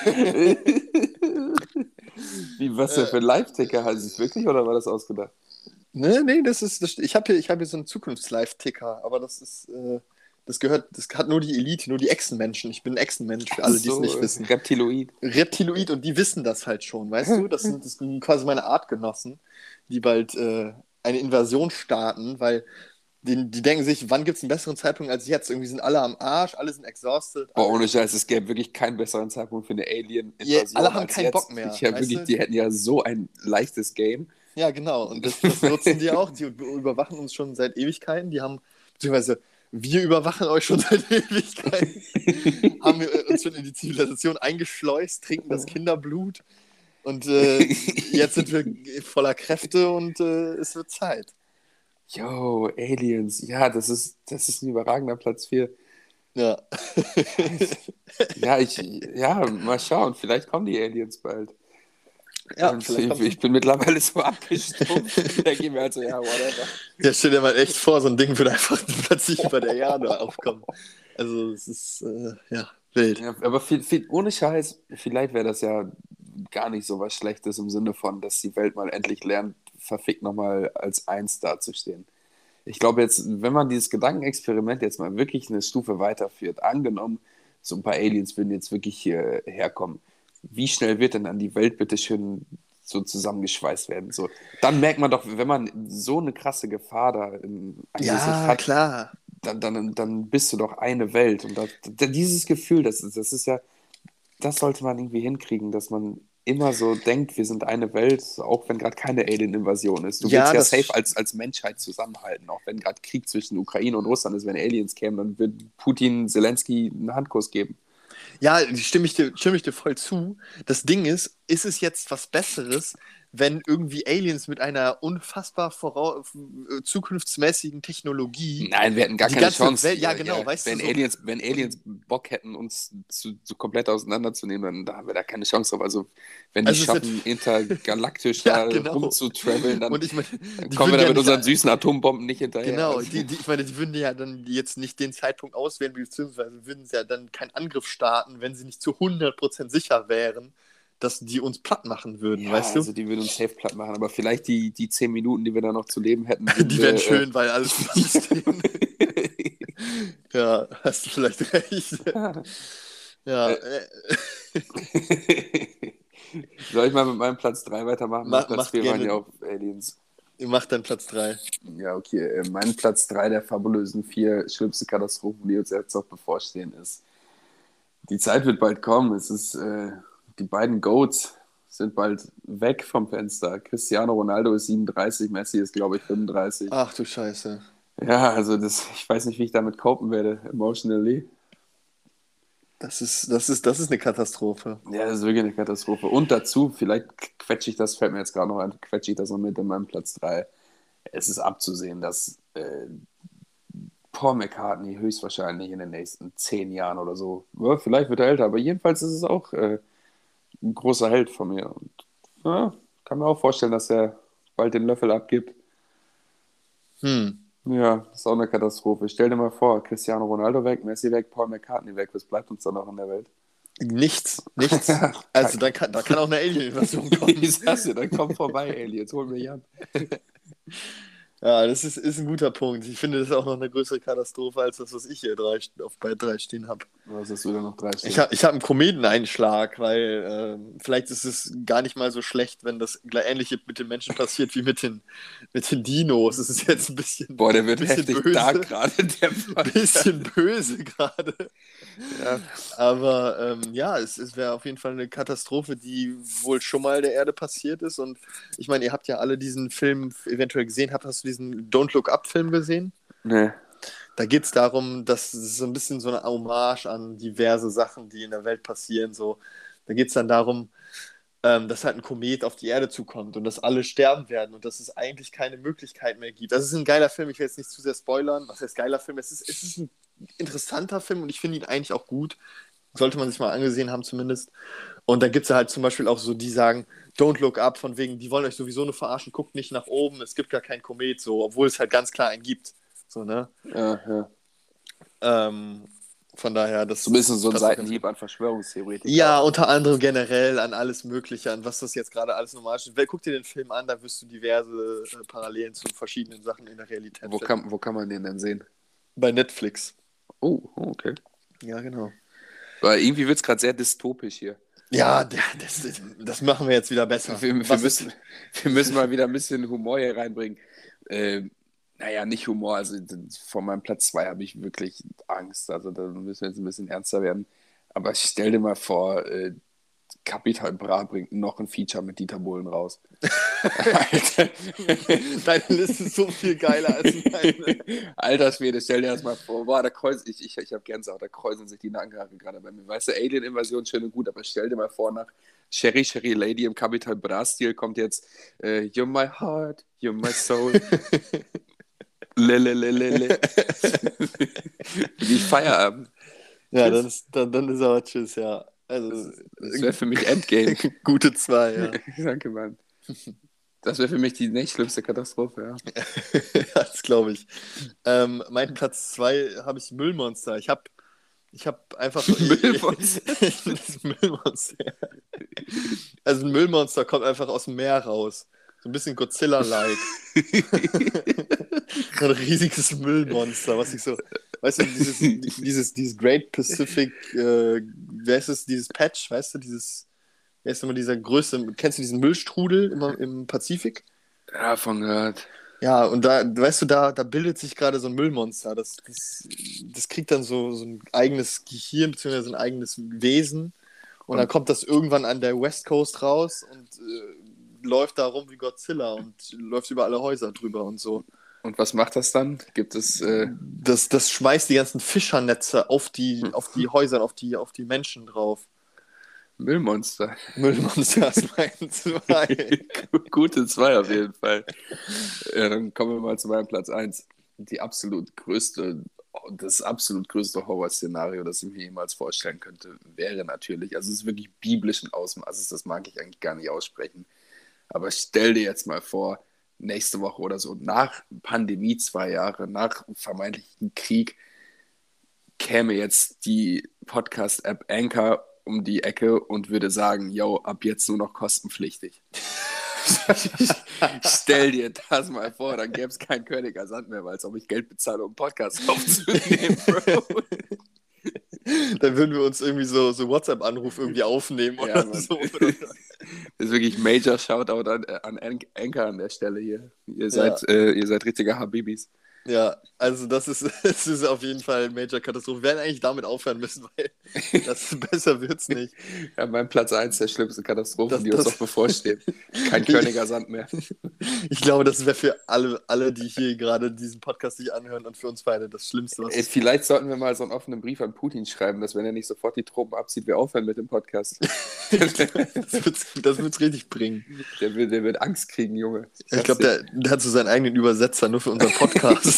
Wie, was denn für ein Live-Ticker? Heißt es wirklich oder war das ausgedacht? Nee, ich hab hier so einen Zukunfts-Live-Ticker, aber das hat nur die Elite, nur die Echsenmenschen. Ich bin ein Echsenmensch für alle, die es So, nicht wissen. Reptiloid. Reptiloid und die wissen das halt schon, weißt du? Das sind quasi meine Artgenossen, die bald eine Invasion starten, weil Die denken sich, wann gibt es einen besseren Zeitpunkt als jetzt? Irgendwie sind alle am Arsch, alle sind exhausted. Boah, Alle, ohne Scheiß, es gäbe wirklich keinen besseren Zeitpunkt für eine alle Alien-Invasion haben als keinen Bock jetzt. mehr, Ja, weißt wirklich, du? die hätten ja so ein leichtes Game. Ja, genau. Und das nutzen die auch. Die überwachen uns schon seit Ewigkeiten. Beziehungsweise wir überwachen euch schon seit Ewigkeiten. Haben wir uns schon in die Zivilisation eingeschleust, trinken das Kinderblut. Und jetzt sind wir voller Kräfte und es wird Zeit. Yo, Aliens. Ja, das ist ein überragender Platz 4. Ja. Ja, mal schauen. Vielleicht kommen die Aliens bald. Ja, Und vielleicht kommt ich bin mittlerweile so abgestumpft. Da gehen wir also, ja, whatever. Ja, stell dir mal echt vor, so ein Ding würde einfach plötzlich über der Erde aufkommen. Also es ist, ja, wild. Ja, aber ohne Scheiß, vielleicht wäre das ja gar nicht so was Schlechtes im Sinne von, dass die Welt mal endlich lernt, verfickt nochmal als eins dazustehen. Ich glaube jetzt, wenn man dieses Gedankenexperiment jetzt mal wirklich eine Stufe weiterführt, angenommen, so ein paar Aliens würden jetzt wirklich hier herkommen, wie schnell wird denn dann die Welt bitte schön so zusammengeschweißt werden? So, dann merkt man doch, wenn man so eine krasse Gefahr da im Angesicht Ja, hat, klar. dann bist du doch eine Welt. Und dieses Gefühl, das ist ja, das sollte man irgendwie hinkriegen, dass man immer so denkt, wir sind eine Welt, auch wenn gerade keine Alien-Invasion ist. Du willst Ja, ja das, safe als Menschheit zusammenhalten, auch wenn gerade Krieg zwischen Ukraine und Russland ist. Wenn Aliens kämen, dann wird Putin Zelensky einen Handkuss geben. ja, stimme ich dir voll zu. Das Ding ist es jetzt was Besseres, wenn irgendwie Aliens mit einer unfassbar zukunftsmäßigen Technologie Nein, wir hätten gar die keine ganze Chance. Welt, ja genau, weißt du, Wenn Aliens Bock hätten, uns zu komplett auseinanderzunehmen, dann haben wir da keine Chance drauf. Also, wenn die also es wird, schaffen, intergalaktisch ja da genau. rumzutraveln, Und ich meine, dann die kommen wir würden da ja mit nicht, unseren süßen Atombomben nicht hinterher. genau, Also, ich meine, die würden ja dann jetzt nicht den Zeitpunkt auswählen, beziehungsweise würden sie ja dann keinen Angriff starten, wenn sie nicht zu 100% sicher wären, dass die uns platt machen würden, ja, weißt du? also die würden uns safe platt machen, aber vielleicht die 10 Minuten, die wir da noch zu leben hätten, würden Die wären wir. schön, weil alles fließt. Ja, hast du vielleicht recht. Ja, äh, Soll ich mal mit meinem Platz 3 weitermachen? Mein Platz macht 4 waren ja gerne, auch Aliens. macht dann Platz 3. Ja, okay. Mein Platz 3 der fabulösen 4 schlimmsten Katastrophen, die uns jetzt noch bevorstehen, ist: Die Zeit wird bald kommen. Die beiden GOATs sind bald weg vom Fenster. Cristiano Ronaldo ist 37, Messi ist, glaube ich, 35. Ach du Scheiße. Ja, also ich weiß nicht, wie ich damit copen werde, emotionally. Das ist eine Katastrophe. Ja, das ist wirklich eine Katastrophe. Und dazu, vielleicht fällt mir jetzt gerade noch ein, quetsche ich das noch mit in meinem Platz 3. Es ist abzusehen, dass Paul McCartney höchstwahrscheinlich in den nächsten 10 Jahren oder so, ja, vielleicht wird er älter, aber jedenfalls ist es auch ein großer Held von mir. Und ja, kann mir auch vorstellen, dass er bald den Löffel abgibt. Hm. Ja, das ist auch eine Katastrophe. Stell dir mal vor, Cristiano Ronaldo weg, Messi weg, Paul McCartney weg. Was bleibt uns da noch in der Welt? Nichts. Also da kann auch eine Alien-Invasion kommen. Ich sag's dir, dann komm vorbei, Aliens, hol mir Jan. Ja, das ist ein guter Punkt. Ich finde, das ist auch noch eine größere Katastrophe als das, was ich hier bei 3 stehen habe. Was hast du denn noch 3 stehen? Ich hab einen Kometeneinschlag, weil vielleicht ist es gar nicht mal so schlecht, wenn das Ähnliche mit den Menschen passiert wie mit den Dinos. Es ist jetzt ein bisschen, Boah, der wird bisschen heftig böse. dark gerade. Ein bisschen böse gerade. Ja. Aber ja, es wäre auf jeden Fall eine Katastrophe, die wohl schon mal der Erde passiert ist. Und ich meine, ihr habt ja alle diesen Film eventuell gesehen. Hast du diesen Don't Look Up-Film gesehen? Nee. Da geht es darum, dass es so ein bisschen so eine Hommage an diverse Sachen, die in der Welt passieren. So. Da geht es dann darum, dass halt ein Komet auf die Erde zukommt und dass alle sterben werden und dass es eigentlich keine Möglichkeit mehr gibt. Das ist ein geiler Film, ich will jetzt nicht zu sehr spoilern. Was heißt geiler Film? Es ist ein interessanter Film und ich finde ihn eigentlich auch gut. Sollte man sich mal angesehen haben zumindest. Und dann gibt es halt zum Beispiel auch so, die sagen, don't look up, von wegen, die wollen euch sowieso nur verarschen, guckt nicht nach oben, es gibt gar kein Komet, so, obwohl es halt ganz klar einen gibt. So, ne? Ja. Von daher, das So ein bisschen so ein das- Seitenhieb an Verschwörungstheoretiker. Ja, unter anderem generell an alles Mögliche, an was das jetzt gerade alles normal ist. Guck dir den Film an, da wirst du diverse Parallelen zu verschiedenen Sachen in der Realität Wo finden. wo kann man den denn sehen? Bei Netflix. Oh, okay. Ja, genau. Weil irgendwie wird es gerade sehr dystopisch hier. Ja, das machen wir jetzt wieder besser. Wir Was müssen mal wieder ein bisschen Humor hier reinbringen. Naja, nicht Humor. Also vor meinem Platz 2 habe ich wirklich Angst. Also da müssen wir jetzt ein bisschen ernster werden. Aber stell dir mal vor, Capital Bra bringt noch ein Feature mit Dieter Bohlen raus. Alter. Deine Liste ist so viel geiler als meine. Alter Schwede, stell dir das mal vor. Boah, ich habe Gänsehaut, da kräuseln sich die Nackenhaare gerade bei mir. Weißt du, Alien-Invasion, schön und gut, aber stell dir mal vor, nach Sherry Sherry Lady im Capital Bra-Stil kommt jetzt You're my heart, you're my soul. Lelelelele. Wie Feierabend. Ja, Tschüss. dann ist aber Tschüss, ja. Also, Das wäre für mich Endgame. gute 2, ja. Danke, Mann. Das wäre für mich die nächstschlimmste Katastrophe, ja. Das glaube ich. Mein Platz 2 habe ich Müllmonster. Ich hab einfach so. Müllmonster. Das Müllmonster. Also ein Müllmonster kommt einfach aus dem Meer raus. So ein bisschen Godzilla-like. So ein riesiges Müllmonster, was ich so. Weißt du, dieses Great Pacific, wie heißt es, dieses Patch, weißt du, wie heißt immer dieser Größe, kennst du diesen Müllstrudel im Pazifik? Ja, von gehört. Ja, und da, weißt du, da bildet sich gerade so ein Müllmonster. Das kriegt dann so ein eigenes Gehirn, beziehungsweise ein eigenes Wesen. Und dann kommt das irgendwann an der West Coast raus und läuft da rum wie Godzilla und läuft über alle Häuser drüber und so. Und was macht das dann? Gibt es. Das schmeißt die ganzen Fischernetze auf die Häuser, auf die Menschen drauf. Müllmonster. Müllmonster ist mein 2. Gute 2 auf jeden Fall. Ja, dann kommen wir mal zu meinem Platz 1. Das absolut größte Horrorszenario, das ich mir jemals vorstellen könnte, wäre natürlich, also es ist wirklich biblischen Ausmaßes, das mag ich eigentlich gar nicht aussprechen. Aber stell dir jetzt mal vor, nächste Woche oder so, nach Pandemie 2 Jahre, nach vermeintlichen Krieg, käme jetzt die Podcast-App Anchor um die Ecke und würde sagen, yo, ab jetzt nur noch kostenpflichtig. Stell dir das mal vor, dann gäbe es keinen Körniger Sand mehr, weil als ob ich Geld bezahle, um einen Podcast aufzunehmen, Bro. Dann würden wir uns irgendwie so WhatsApp-Anruf irgendwie aufnehmen Ja, oder Mann. so. Das ist wirklich Major Shoutout an Anchor an der Stelle hier. Ihr seid richtige Habibis. Ja, also das ist auf jeden Fall eine Major-Katastrophe. Wir werden eigentlich damit aufhören müssen, weil das besser wird's nicht. Ja, mein Platz 1 der schlimmsten Katastrophen, die uns noch bevorstehen. Kein Körniger Sand mehr. Ich glaube, das wäre für alle, die hier gerade diesen Podcast sich anhören und für uns beide das Schlimmste. Vielleicht sollten wir mal so einen offenen Brief an Putin schreiben, dass wenn er nicht sofort die Truppen abzieht, wir aufhören mit dem Podcast. Das wird's richtig bringen. Der wird Angst kriegen, Junge. Ich glaube, der hat so seinen eigenen Übersetzer nur für unseren Podcast.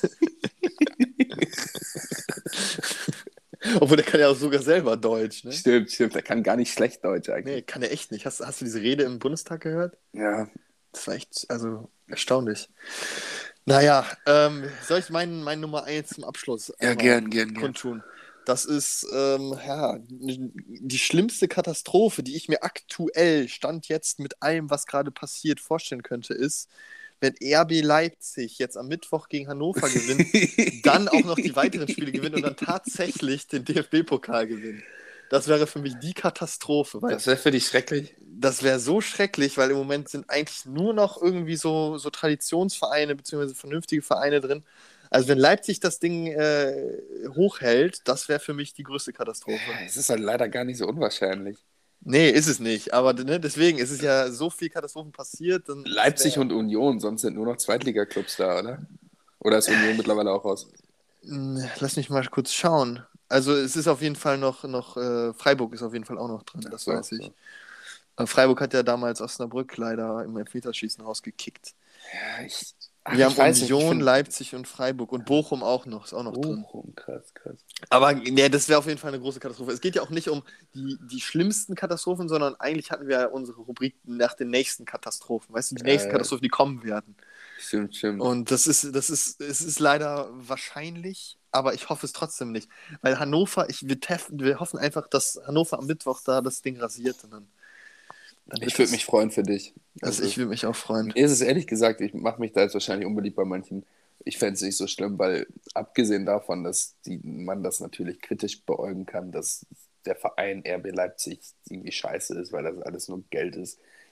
Obwohl, der kann ja auch sogar selber Deutsch, ne? Stimmt. Der kann gar nicht schlecht Deutsch eigentlich. Nee, kann er echt nicht. Hast du diese Rede im Bundestag gehört? Ja. Das war echt, also, erstaunlich. Naja, soll ich meinen Nummer 1 zum Abschluss gern. kundtun? Das ist, die schlimmste Katastrophe, die ich mir aktuell, Stand jetzt mit allem, was gerade passiert, vorstellen könnte, ist, wenn RB Leipzig jetzt am Mittwoch gegen Hannover gewinnt, dann auch noch die weiteren Spiele gewinnt und dann tatsächlich den DFB-Pokal gewinnt. Das wäre für mich die Katastrophe. Das wäre für dich schrecklich? Das wäre so schrecklich, weil im Moment sind eigentlich nur noch irgendwie so Traditionsvereine bzw. vernünftige Vereine drin. Also wenn Leipzig das Ding hochhält, das wäre für mich die größte Katastrophe. Es ist halt leider gar nicht so unwahrscheinlich. Nee, ist es nicht. Aber ne, deswegen ist es ja so viel Katastrophen passiert. Leipzig und Union, sonst sind nur noch Zweitliga-Clubs da, oder? Oder ist Union mittlerweile auch raus? Lass mich mal kurz schauen. Also es ist auf jeden Fall noch Freiburg ist auf jeden Fall auch noch drin, das weiß ich. Ja. Freiburg hat ja damals Osnabrück leider im Elfmeterschießen rausgekickt. Ja, wir haben Union, Leipzig und Freiburg und Bochum auch noch, ist auch noch drin. Bochum, krass. Aber nee, das wäre auf jeden Fall eine große Katastrophe. Es geht ja auch nicht um die schlimmsten Katastrophen, sondern eigentlich hatten wir ja unsere Rubrik nach den nächsten Katastrophen. Weißt du, die nächsten Katastrophen, die kommen werden. Stimmt. Und es ist leider wahrscheinlich, aber ich hoffe es trotzdem nicht. Weil Hannover, wir hoffen einfach, dass Hannover am Mittwoch da das Ding rasiert. Und dann ich würde mich freuen für dich. Also ich würde mich auch freuen. Mir ist es ehrlich gesagt, ich mache mich da jetzt wahrscheinlich unbeliebt bei manchen. Ich fände es nicht so schlimm, weil abgesehen davon, dass man das natürlich kritisch beäugen kann, dass der Verein RB Leipzig irgendwie scheiße ist, weil das alles nur Geld ist,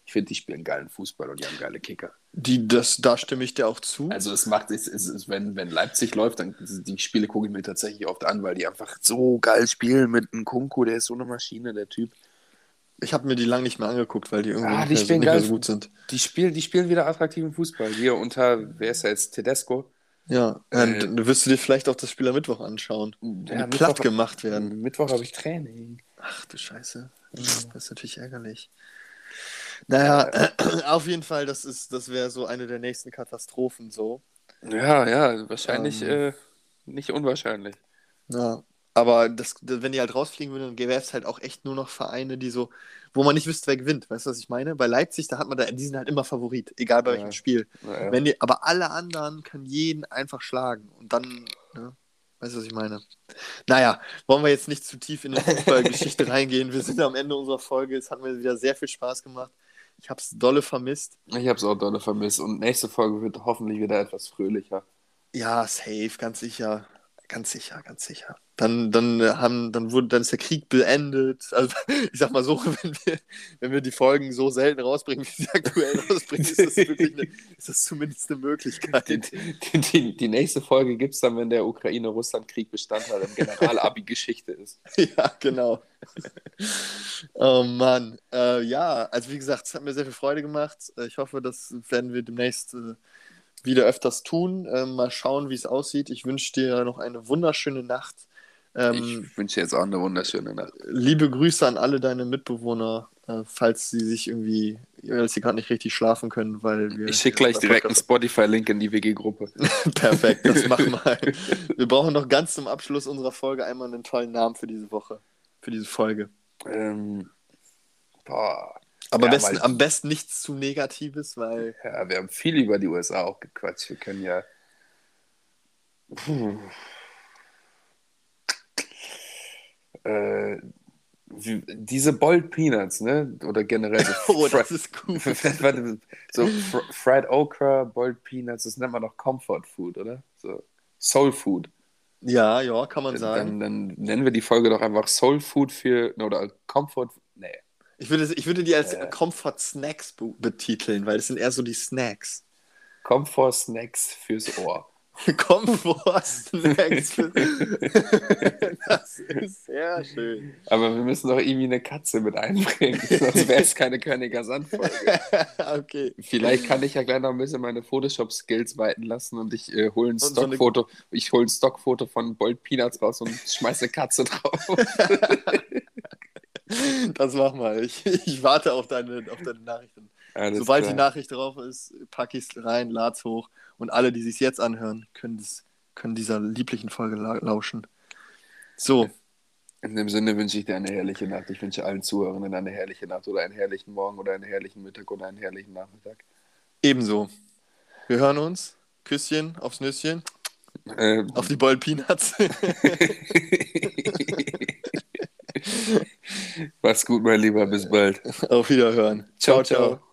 Ich finde, die spielen geilen Fußball und die haben geile Kicker. Da stimme ich dir auch zu. Also wenn Leipzig läuft, dann die Spiele gucke ich mir tatsächlich oft an, weil die einfach so geil spielen mit Nkunku, der ist so eine Maschine, der Typ. Ich habe mir die lang nicht mehr angeguckt, weil die irgendwie Die nicht spielen mehr geil. so gut sind. Die spielen wieder attraktiven Fußball. Hier wer ist der jetzt? Tedesco. Ja, dann wirst du dir vielleicht auch das Spiel am Mittwoch anschauen. Ja, platt gemacht werden. Mittwoch habe ich Training. Ach du Scheiße. Das ist natürlich ärgerlich. Naja, auf jeden Fall, das wäre so eine der nächsten Katastrophen so. Ja, wahrscheinlich nicht unwahrscheinlich. Ja, aber wenn die halt rausfliegen würden, dann gäbe es halt auch echt nur noch Vereine, die so, wo man nicht wüsste, wer gewinnt. Weißt du, was ich meine? Bei Leipzig, die sind halt immer Favorit, egal bei welchem Spiel. Ja. Aber alle anderen können jeden einfach schlagen. Und dann, ne? Weißt du, was ich meine? Naja, wollen wir jetzt nicht zu tief in die Fußballgeschichte reingehen. Wir sind am Ende unserer Folge. Es hat mir wieder sehr viel Spaß gemacht. Ich habe es dolle vermisst. Ich habe es auch dolle vermisst. Und nächste Folge wird hoffentlich wieder etwas fröhlicher. Ja, safe, ganz sicher. Ganz sicher, ganz sicher. Dann ist der Krieg beendet. Also ich sag mal so, wenn wir die Folgen so selten rausbringen, wie sie aktuell rausbringen, ist das zumindest eine Möglichkeit. Die nächste Folge gibt es dann, wenn der Ukraine-Russland-Krieg Bestand hat und General-Abi-Geschichte ist. Ja, genau. Oh Mann. Ja, also wie gesagt, es hat mir sehr viel Freude gemacht. Ich hoffe, das werden wir demnächst wieder öfters tun. Mal schauen, wie es aussieht. Ich wünsche dir noch eine wunderschöne Nacht. Ich wünsche jetzt auch eine wunderschöne Nacht. Liebe Grüße an alle deine Mitbewohner, falls sie gerade nicht richtig schlafen können, ich schicke gleich direkt einen Spotify-Link in die WG-Gruppe. Perfekt, das machen wir. Wir brauchen noch ganz zum Abschluss unserer Folge einmal einen tollen Namen für diese Woche, für diese Folge. Aber am besten nichts zu Negatives, weil... Ja, wir haben viel über die USA auch gequatscht. Wir können ja... diese Boiled Peanuts, ne? Oder generell so... das ist cool. So Fried Okra, Boiled Peanuts, das nennt man doch Comfort Food, oder? So Soul Food. Ja, kann man sagen. Dann nennen wir die Folge doch einfach Soul Food oder Comfort... Nee. Ich würde die als Comfort Snacks betiteln, weil das sind eher so die Snacks. Comfort Snacks fürs Ohr. Comfort Snacks. Das ist sehr schön. Aber wir müssen doch irgendwie eine Katze mit einbringen, sonst wäre es keine Königer Sand-Folge. Okay. Vielleicht kann ich ja gleich noch ein bisschen meine Photoshop-Skills walten lassen und ich hole ein Stockfoto von Boiled Peanuts raus und schmeiße eine Katze drauf. Das mach mal. Ich warte auf deine Nachrichten. Sobald die Nachricht drauf ist, packe ich es rein, lad's hoch und alle, die sich jetzt anhören, können dieser lieblichen Folge lauschen. So. In dem Sinne wünsche ich dir eine herrliche Nacht. Ich wünsche allen Zuhörenden eine herrliche Nacht oder einen herrlichen Morgen oder einen herrlichen Mittag oder einen herrlichen Nachmittag. Ebenso. Wir hören uns. Küsschen aufs Nüsschen. Auf die Boiled Peanuts. Mach's gut, mein Lieber. Bis bald. Auf Wiederhören. Ciao, ciao.